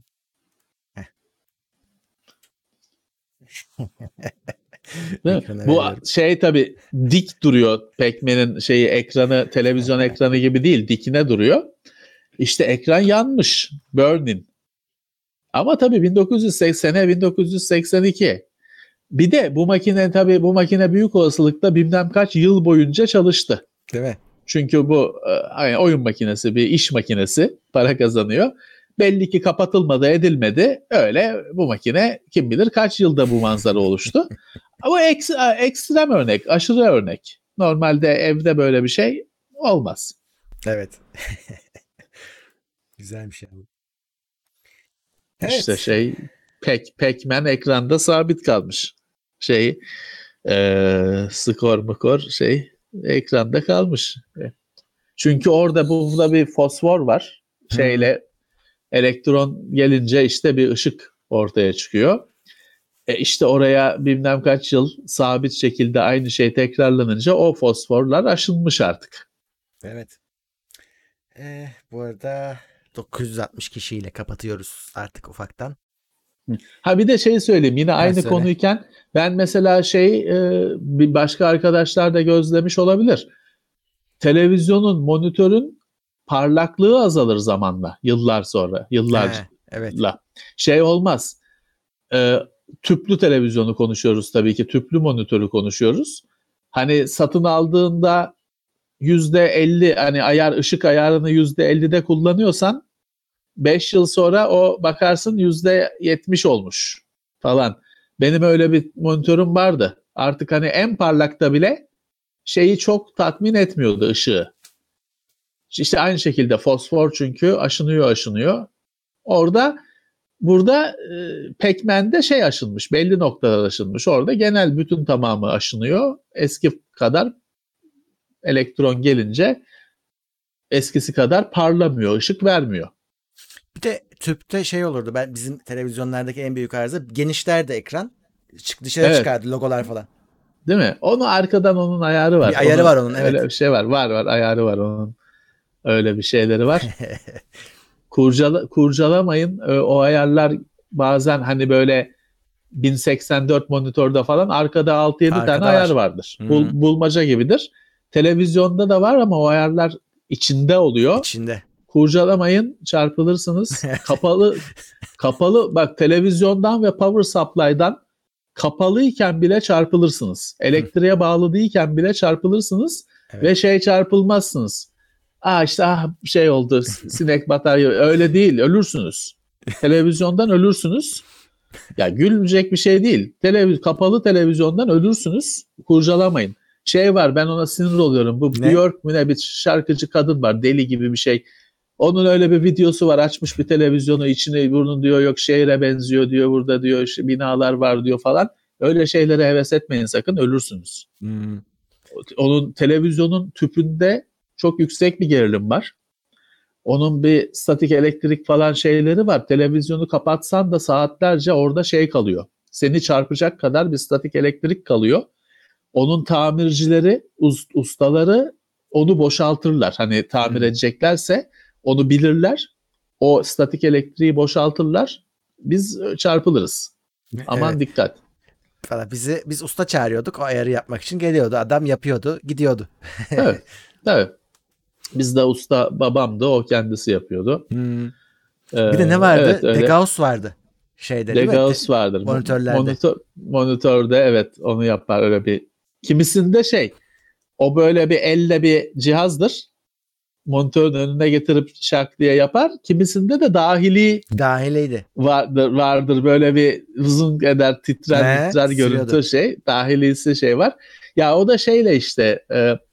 Bu şey tabii dik duruyor. Pac-Man'in ekranı televizyon ekranı gibi değil. Dikine duruyor. İşte ekran yanmış. Burning. Ama tabii 1982. Bir de bu makine büyük olasılıkla bilmem kaç yıl boyunca çalıştı. Değil mi? Çünkü bu oyun makinesi, bir iş makinesi, para kazanıyor. Belli ki kapatılmadı, edilmedi. Öyle bu makine kim bilir kaç yılda bu manzara oluştu. Ama ekstrem örnek, aşırı örnek. Normalde evde böyle bir şey olmaz. Evet. Güzelmiş yani. İşte Pac-Man ekranda sabit kalmış. Skor ekranda kalmış. Çünkü orada burada bir fosfor var. Elektron gelince işte bir ışık ortaya çıkıyor. İşte oraya bilmem kaç yıl sabit şekilde aynı şey tekrarlanınca o fosforlar aşınmış artık. Evet. Bu arada 960 kişiyle kapatıyoruz artık ufaktan. Bir de söyleyeyim yine aynı konuyken ben mesela bir başka arkadaşlar da gözlemiş olabilir. Televizyonun, monitörün parlaklığı azalır zamanla, yıllar sonra, yıllarca. Evet. Olmaz. Tüplü televizyonu konuşuyoruz tabii ki, tüplü monitörü konuşuyoruz. Hani satın aldığında %50 hani ışık ayarını %50'de kullanıyorsan 5 yıl sonra o bakarsın %70 olmuş falan. Benim öyle bir monitörüm vardı. Artık hani en parlakta bile çok tatmin etmiyordu ışığı. İşte aynı şekilde fosfor çünkü aşınıyor. Burada Pac-Man'de aşınmış. Belli noktalar aşınmış. Orada genel bütün tamamı aşınıyor. Eski kadar elektron gelince eskisi kadar parlamıyor, ışık vermiyor. Bir de tüpte olurdu. Bizim televizyonlardaki en büyük arıza genişlerdi ekran. Dışarı çıkardı logolar falan. Değil mi? Arkadan onun ayarı var. Bir ayarı var onun, evet. Öyle bir şey var. Var ayarı var onun. Öyle bir şeyleri var. Kurcalamayın. O ayarlar bazen hani böyle 1084 monitörde falan arkada 6-7 tane ayar vardır. Bulmaca gibidir. Televizyonda da var ama o ayarlar içinde oluyor. İçinde. Kurcalamayın, çarpılırsınız. Kapalı bak, televizyondan ve power supply'dan kapalıyken bile çarpılırsınız. Elektriğe bağlı değilken bile çarpılırsınız. Evet. Ve çarpılmazsınız. Oldu, sinek batarya, öyle değil, ölürsünüz. Televizyondan ölürsünüz. Ya gülmeyecek bir şey değil. Kapalı televizyondan ölürsünüz. Kurcalamayın. Var, ben ona sinir oluyorum. Bu Björk mü ne, bir şarkıcı kadın var, deli gibi bir şey. Onun öyle bir videosu var, açmış bir televizyonu, içine burnun diyor, yok şehre benziyor diyor, burada diyor binalar var diyor falan. Öyle şeylere heves etmeyin sakın, ölürsünüz. Onun televizyonun tüpünde çok yüksek bir gerilim var. Onun bir statik elektrik falan şeyleri var. Televizyonu kapatsan da saatlerce orada kalıyor. Seni çarpacak kadar bir statik elektrik kalıyor. Onun tamircileri, ustaları onu boşaltırlar. Hani tamir edeceklerse onu bilirler. O statik elektriği boşaltırlar. Biz çarpılırız. Aman dikkat. Falan. Biz usta çağırıyorduk o ayarı yapmak için, geliyordu. Adam yapıyordu, gidiyordu. Evet. Evet. Bizde usta babamdı, o kendisi yapıyordu. Bir de ne vardı? Evet, öyle. Degauss vardı. Şeyde değil mi? Degauss vardır. Monitörlerde. Monitörde evet onu yapar öyle bir. Kimisinde o böyle bir elle bir cihazdır. Monitörün önüne getirip şak diye yapar. Kimisinde de Dahiliydi. vardır böyle bir uzun eder titrer görüntü siliyordu. dahilisi var. Ya o da işte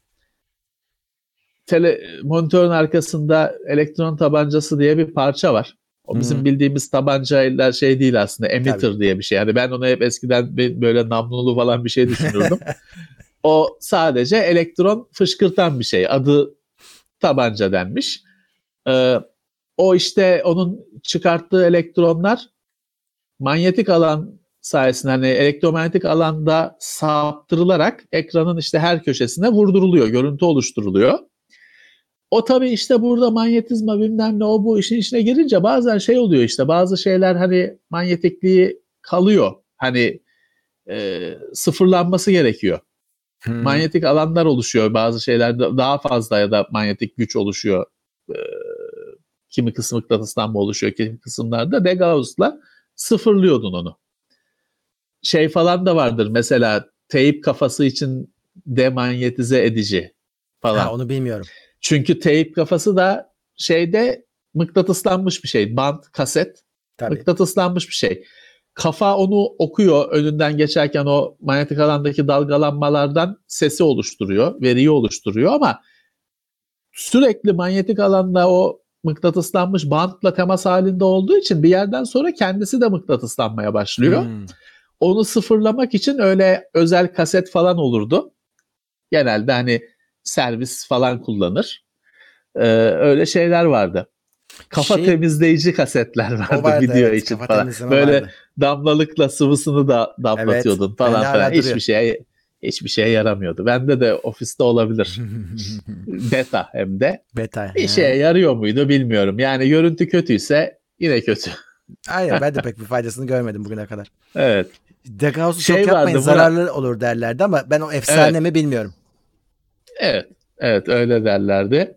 monitörün arkasında elektron tabancası diye bir parça var. O bizim bildiğimiz tabancayla değil aslında, emitter Tabii. diye bir şey. Yani ben onu hep eskiden böyle namlulu falan bir şey düşünürdüm. O sadece elektron fışkırtan bir şey. Adı tabanca denmiş. O onun çıkarttığı elektronlar manyetik alan sayesinde, hani elektromanyetik alanda saptırılarak ekranın her köşesine vurduruluyor, görüntü oluşturuluyor. O tabii burada manyetizma bilmem ne bu işin içine girince bazen oluyor bazı şeyler hani manyetikliği kalıyor. Hani sıfırlanması gerekiyor. Manyetik alanlar oluşuyor bazı şeylerde, daha fazla ya da manyetik güç oluşuyor. Kimi kısmı mıknatıslanma oluşuyor, kimi kısımlarda de Gauss'la sıfırlıyordun onu. Falan da vardır mesela, teyip kafası için demanyetize edici falan. Ha, onu bilmiyorum. Çünkü teyip kafası da mıknatıslanmış bir şey. Band, kaset, Tabii. mıknatıslanmış bir şey. Kafa onu okuyor, önünden geçerken o manyetik alandaki dalgalanmalardan sesi oluşturuyor, veriyi oluşturuyor ama sürekli manyetik alanda o mıknatıslanmış bantla temas halinde olduğu için bir yerden sonra kendisi de mıknatıslanmaya başlıyor. Onu sıfırlamak için öyle özel kaset falan olurdu. Genelde hani servis falan kullanır. Öyle şeyler vardı. Kafa temizleyici kasetler vardı video için falan. Böyle vardı. Damlalıkla sıvısını da damlatıyordun falan. Hiçbir şeye yaramıyordu. Bende de ofiste olabilir. Beta hem de. Beta. Bir şeye yarıyor muydu bilmiyorum. Yani görüntü kötüyse yine kötü. Aynen, ben de pek bir faydasını görmedim bugüne kadar. Evet. Degauss'u çok yapmayın, zararlı olur derlerdi ama ben o efsane mi bilmiyorum. Evet öyle derlerdi.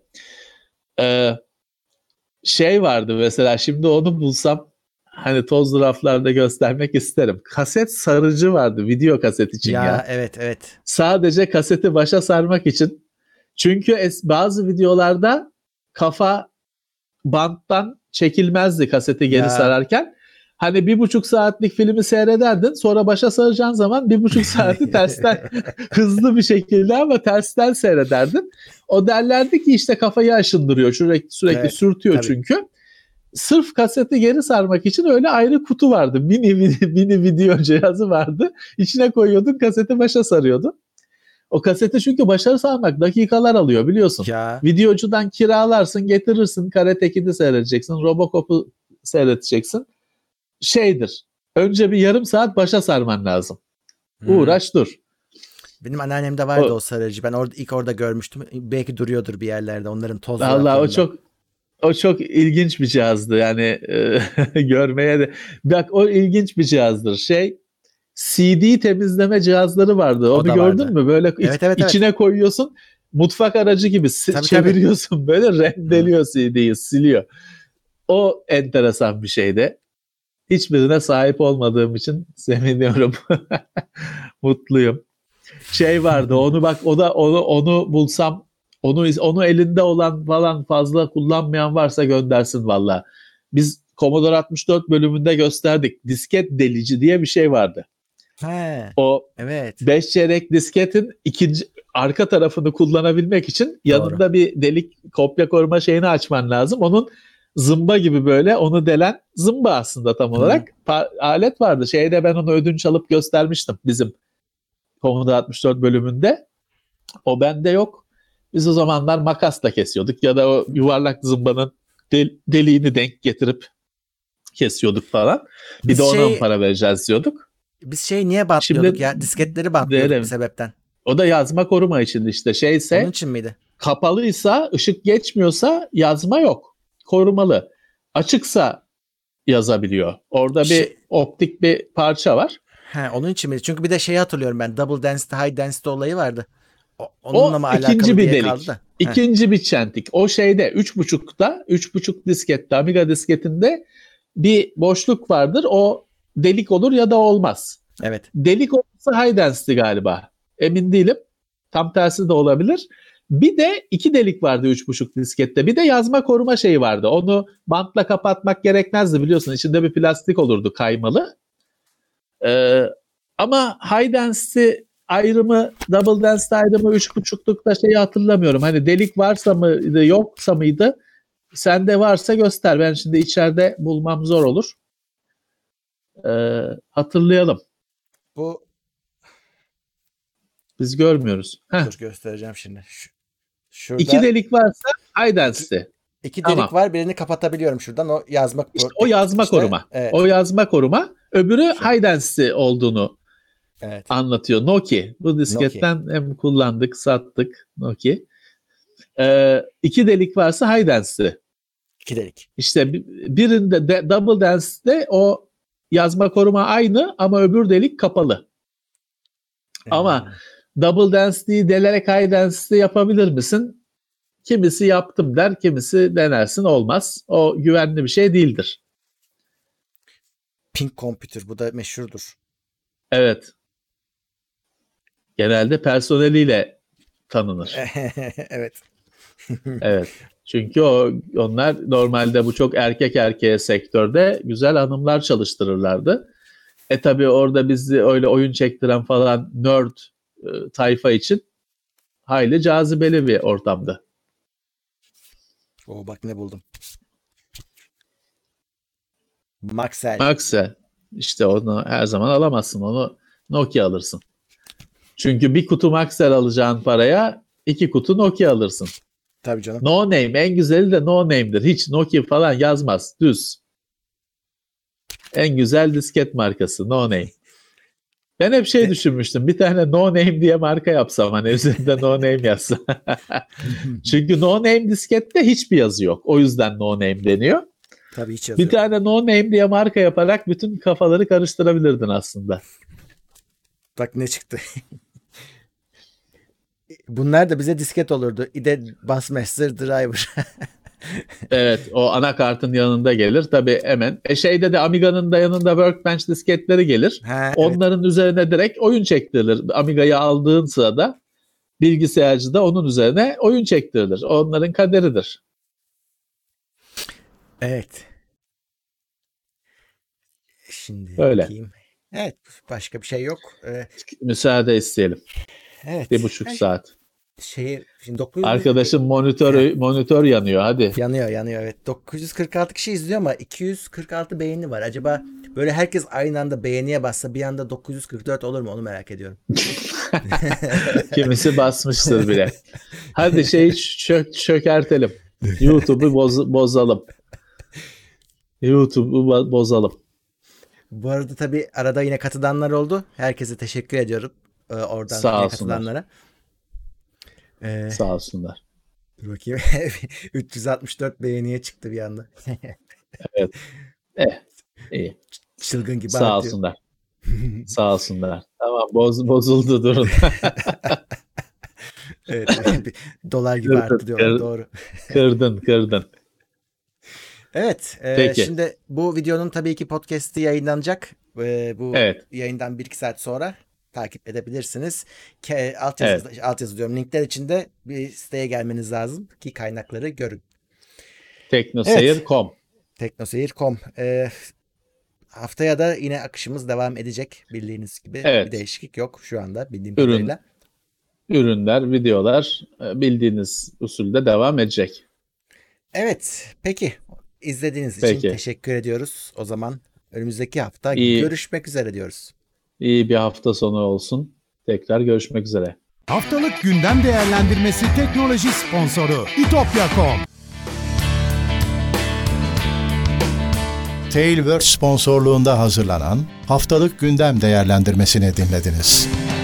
Vardı mesela, şimdi onu bulsam hani tozlu raflarda göstermek isterim. Kaset sarıcı vardı video kaset için ya. Evet. Sadece kaseti başa sarmak için. Çünkü bazı videolarda kafa banttan çekilmezdi kaseti geri sararken. Hani 1,5 saatlik filmi seyrederdin, sonra başa saracağın zaman 1,5 saati tersten hızlı bir şekilde ama tersten seyrederdin. O derlerdi ki kafayı aşındırıyor, sürekli sürtüyor tabii. Çünkü. Sırf kaseti geri sarmak için öyle ayrı kutu vardı. Mini video cihazı vardı. İçine koyuyordun, kaseti başa sarıyordun. O kaseti çünkü başa sarmak dakikalar alıyor biliyorsun. Videocudan kiralarsın, getirirsin, Karate Kid'i seyredeceksin, Robocop'u seyredeceksin. Önce bir yarım saat başa sarman lazım. Uğraş dur. Benim anneannemde vardı o sarıcı. Ben ilk orada görmüştüm. Belki duruyordur bir yerlerde onların tozlu. Vallahi o çok ilginç bir cihazdı yani görmeye de. Bak o ilginç bir cihazdır. CD temizleme cihazları vardı. Onu gördün mü? Böyle içine koyuyorsun. Mutfak aracı gibi çeviriyorsun. Böyle rendeliyor CD'yi, siliyor. O enteresan bir şeydi. Hiçbirine sahip olmadığım için seviniyorum. Mutluyum. Vardı. Onu bulsam, onu elinde olan falan fazla kullanmayan varsa göndersin valla. Biz Commodore 64 bölümünde gösterdik. Disket delici diye bir şey vardı. O 5 çeyrek disketin arka tarafını kullanabilmek için yanında bir delik kopya koruma şeyini açman lazım. Onun zımba gibi böyle onu delen zımba aslında tam olarak alet vardı. Ben onu ödünç alıp göstermiştim bizim Commodore 64 bölümünde. O bende yok. Biz o zamanlar makasla kesiyorduk ya da o yuvarlak zımbanın deliğini denk getirip kesiyorduk falan. Bir de ona mı para vereceğiz diyorduk. Biz niye bantlıyorduk ya? Disketleri bantlıyorduk bir sebepten. O da yazma koruma için Onun için miydi? Kapalıysa, ışık geçmiyorsa yazma yok. Korumalı. Açıksa yazabiliyor. Orada bir optik bir parça var. Onun için mi? Çünkü bir de şeyi hatırlıyorum ben. Double density, high density olayı vardı. Onunla mı alakalı ikinci bir diye delik. kaldı da. İkinci bir çentik. O şeyde 3.5 diskette, Amiga disketinde bir boşluk vardır. O delik olur ya da olmaz. Evet. Delik olursa high density galiba. Emin değilim. Tam tersi de olabilir. Bir de 2 delik vardı 3.5 diskette. Bir de yazma koruma şeyi vardı. Onu bantla kapatmak gerekmezdi biliyorsun. İçinde bir plastik olurdu kaymalı. Ama high density ayrımı, double density ayrımı 3.5'lukta şeyi hatırlamıyorum. Hani delik varsa mıydı, yoksa mıydı? Sende varsa göster. Ben şimdi içeride bulmam zor olur. Hatırlayalım. Bu Biz görmüyoruz. dur göstereceğim şimdi. Şurada 2 delik varsa high density. 2 delik var. Birini kapatabiliyorum şuradan. O yazma İşte o yazma koruma. Evet. O yazma koruma. Öbürü high density olduğunu anlatıyor. Nokia. Bu disketten hem kullandık, sattık. Nokia. 2 delik varsa high density. 2 delik. İşte birinde double density'de o yazma koruma aynı ama öbür delik kapalı. Ama double density'yi delerek high density yapabilir misin? Kimisi yaptım der, kimisi denersin olmaz. O güvenli bir şey değildir. Pink Computer bu da meşhurdur. Evet. Genelde personeliyle tanınır. Evet. Evet. Çünkü onlar normalde bu çok erkek erkeğe sektörde güzel hanımlar çalıştırırlardı. Tabii orada bizi öyle oyun çektiren falan nerd tayfa için hayli cazibeli bir ortamdı. Bak ne buldum. Maxell. Maxell. İşte onu her zaman alamazsın. Onu Nokia alırsın. Çünkü bir kutu Maxell alacağın paraya 2 kutu Nokia alırsın. Tabii canım. No name. En güzeli de no name'dir. Hiç Nokia falan yazmaz. Düz. En güzel disket markası. No name. Ben hep düşünmüştüm. Bir tane no name diye marka yapsam. Hani üzerinde no name yazsa. Çünkü no name diskette hiçbir yazı yok. O yüzden no name deniyor. Tabii hiç yazıyor. Bir tane no name diye marka yaparak bütün kafaları karıştırabilirdin aslında. Bak ne çıktı. Bunlar da bize disket olurdu. İde Bassmaster Driver. Evet, o anakartın yanında gelir. Tabii hemen. Şeyde de Amiga'nın da yanında Workbench disketleri gelir. Onların üzerine direkt oyun çektirilir. Amiga'yı aldığın sırada bilgisayarcıda onun üzerine oyun çektirilir. Onların kaderidir. Evet. Şimdi öyle. Bakayım. Evet, başka bir şey yok. Müsaade isteyelim. Evet. 1,5 saat. Şimdi 900... Arkadaşım monitör yanıyor hadi. Yanıyor evet. 946 kişi izliyor ama 246 beğeni var. Acaba böyle herkes aynı anda beğeniye bassa bir anda 944 olur mu onu merak ediyorum. Kimisi basmıştır bile. Hadi çökertelim. YouTube'u bozalım. YouTube'u bozalım. Bu arada tabii arada yine katılanlar oldu. Herkese teşekkür ediyorum. Oradan sağ katılanlara. Sağ olsunlar. Dur bakayım. 364 beğeniye çıktı bir anda. Evet. İyi. Çılgın gibi sağ artıyor. Olsunlar. Sağ olsunlar. Tamam bozuldu durun. Evet. Dolar gibi arttı diyorlar. Doğru. Kırdın. Evet. Şimdi bu videonun tabii ki podcast'i yayınlanacak. Bu yayından 1-2 saat sonra takip edebilirsiniz. Alt yazı diyorum. Linkler içinde bir siteye gelmeniz lazım ki kaynakları görün. Teknoseyir.com Teknoseyir.com. Haftaya da yine akışımız devam edecek bildiğiniz gibi. Bir değişiklik yok şu anda bildiğim kadarıyla. Ürünler, videolar bildiğiniz usulde devam edecek. Evet. Peki. İzlediğiniz için teşekkür ediyoruz. O zaman önümüzdeki hafta görüşmek üzere diyoruz. İyi bir hafta sonu olsun. Tekrar görüşmek üzere. Haftalık gündem değerlendirmesi teknoloji sponsoru itopya.com. Tailwords sponsorluğunda hazırlanan haftalık gündem değerlendirmesini dinlediniz.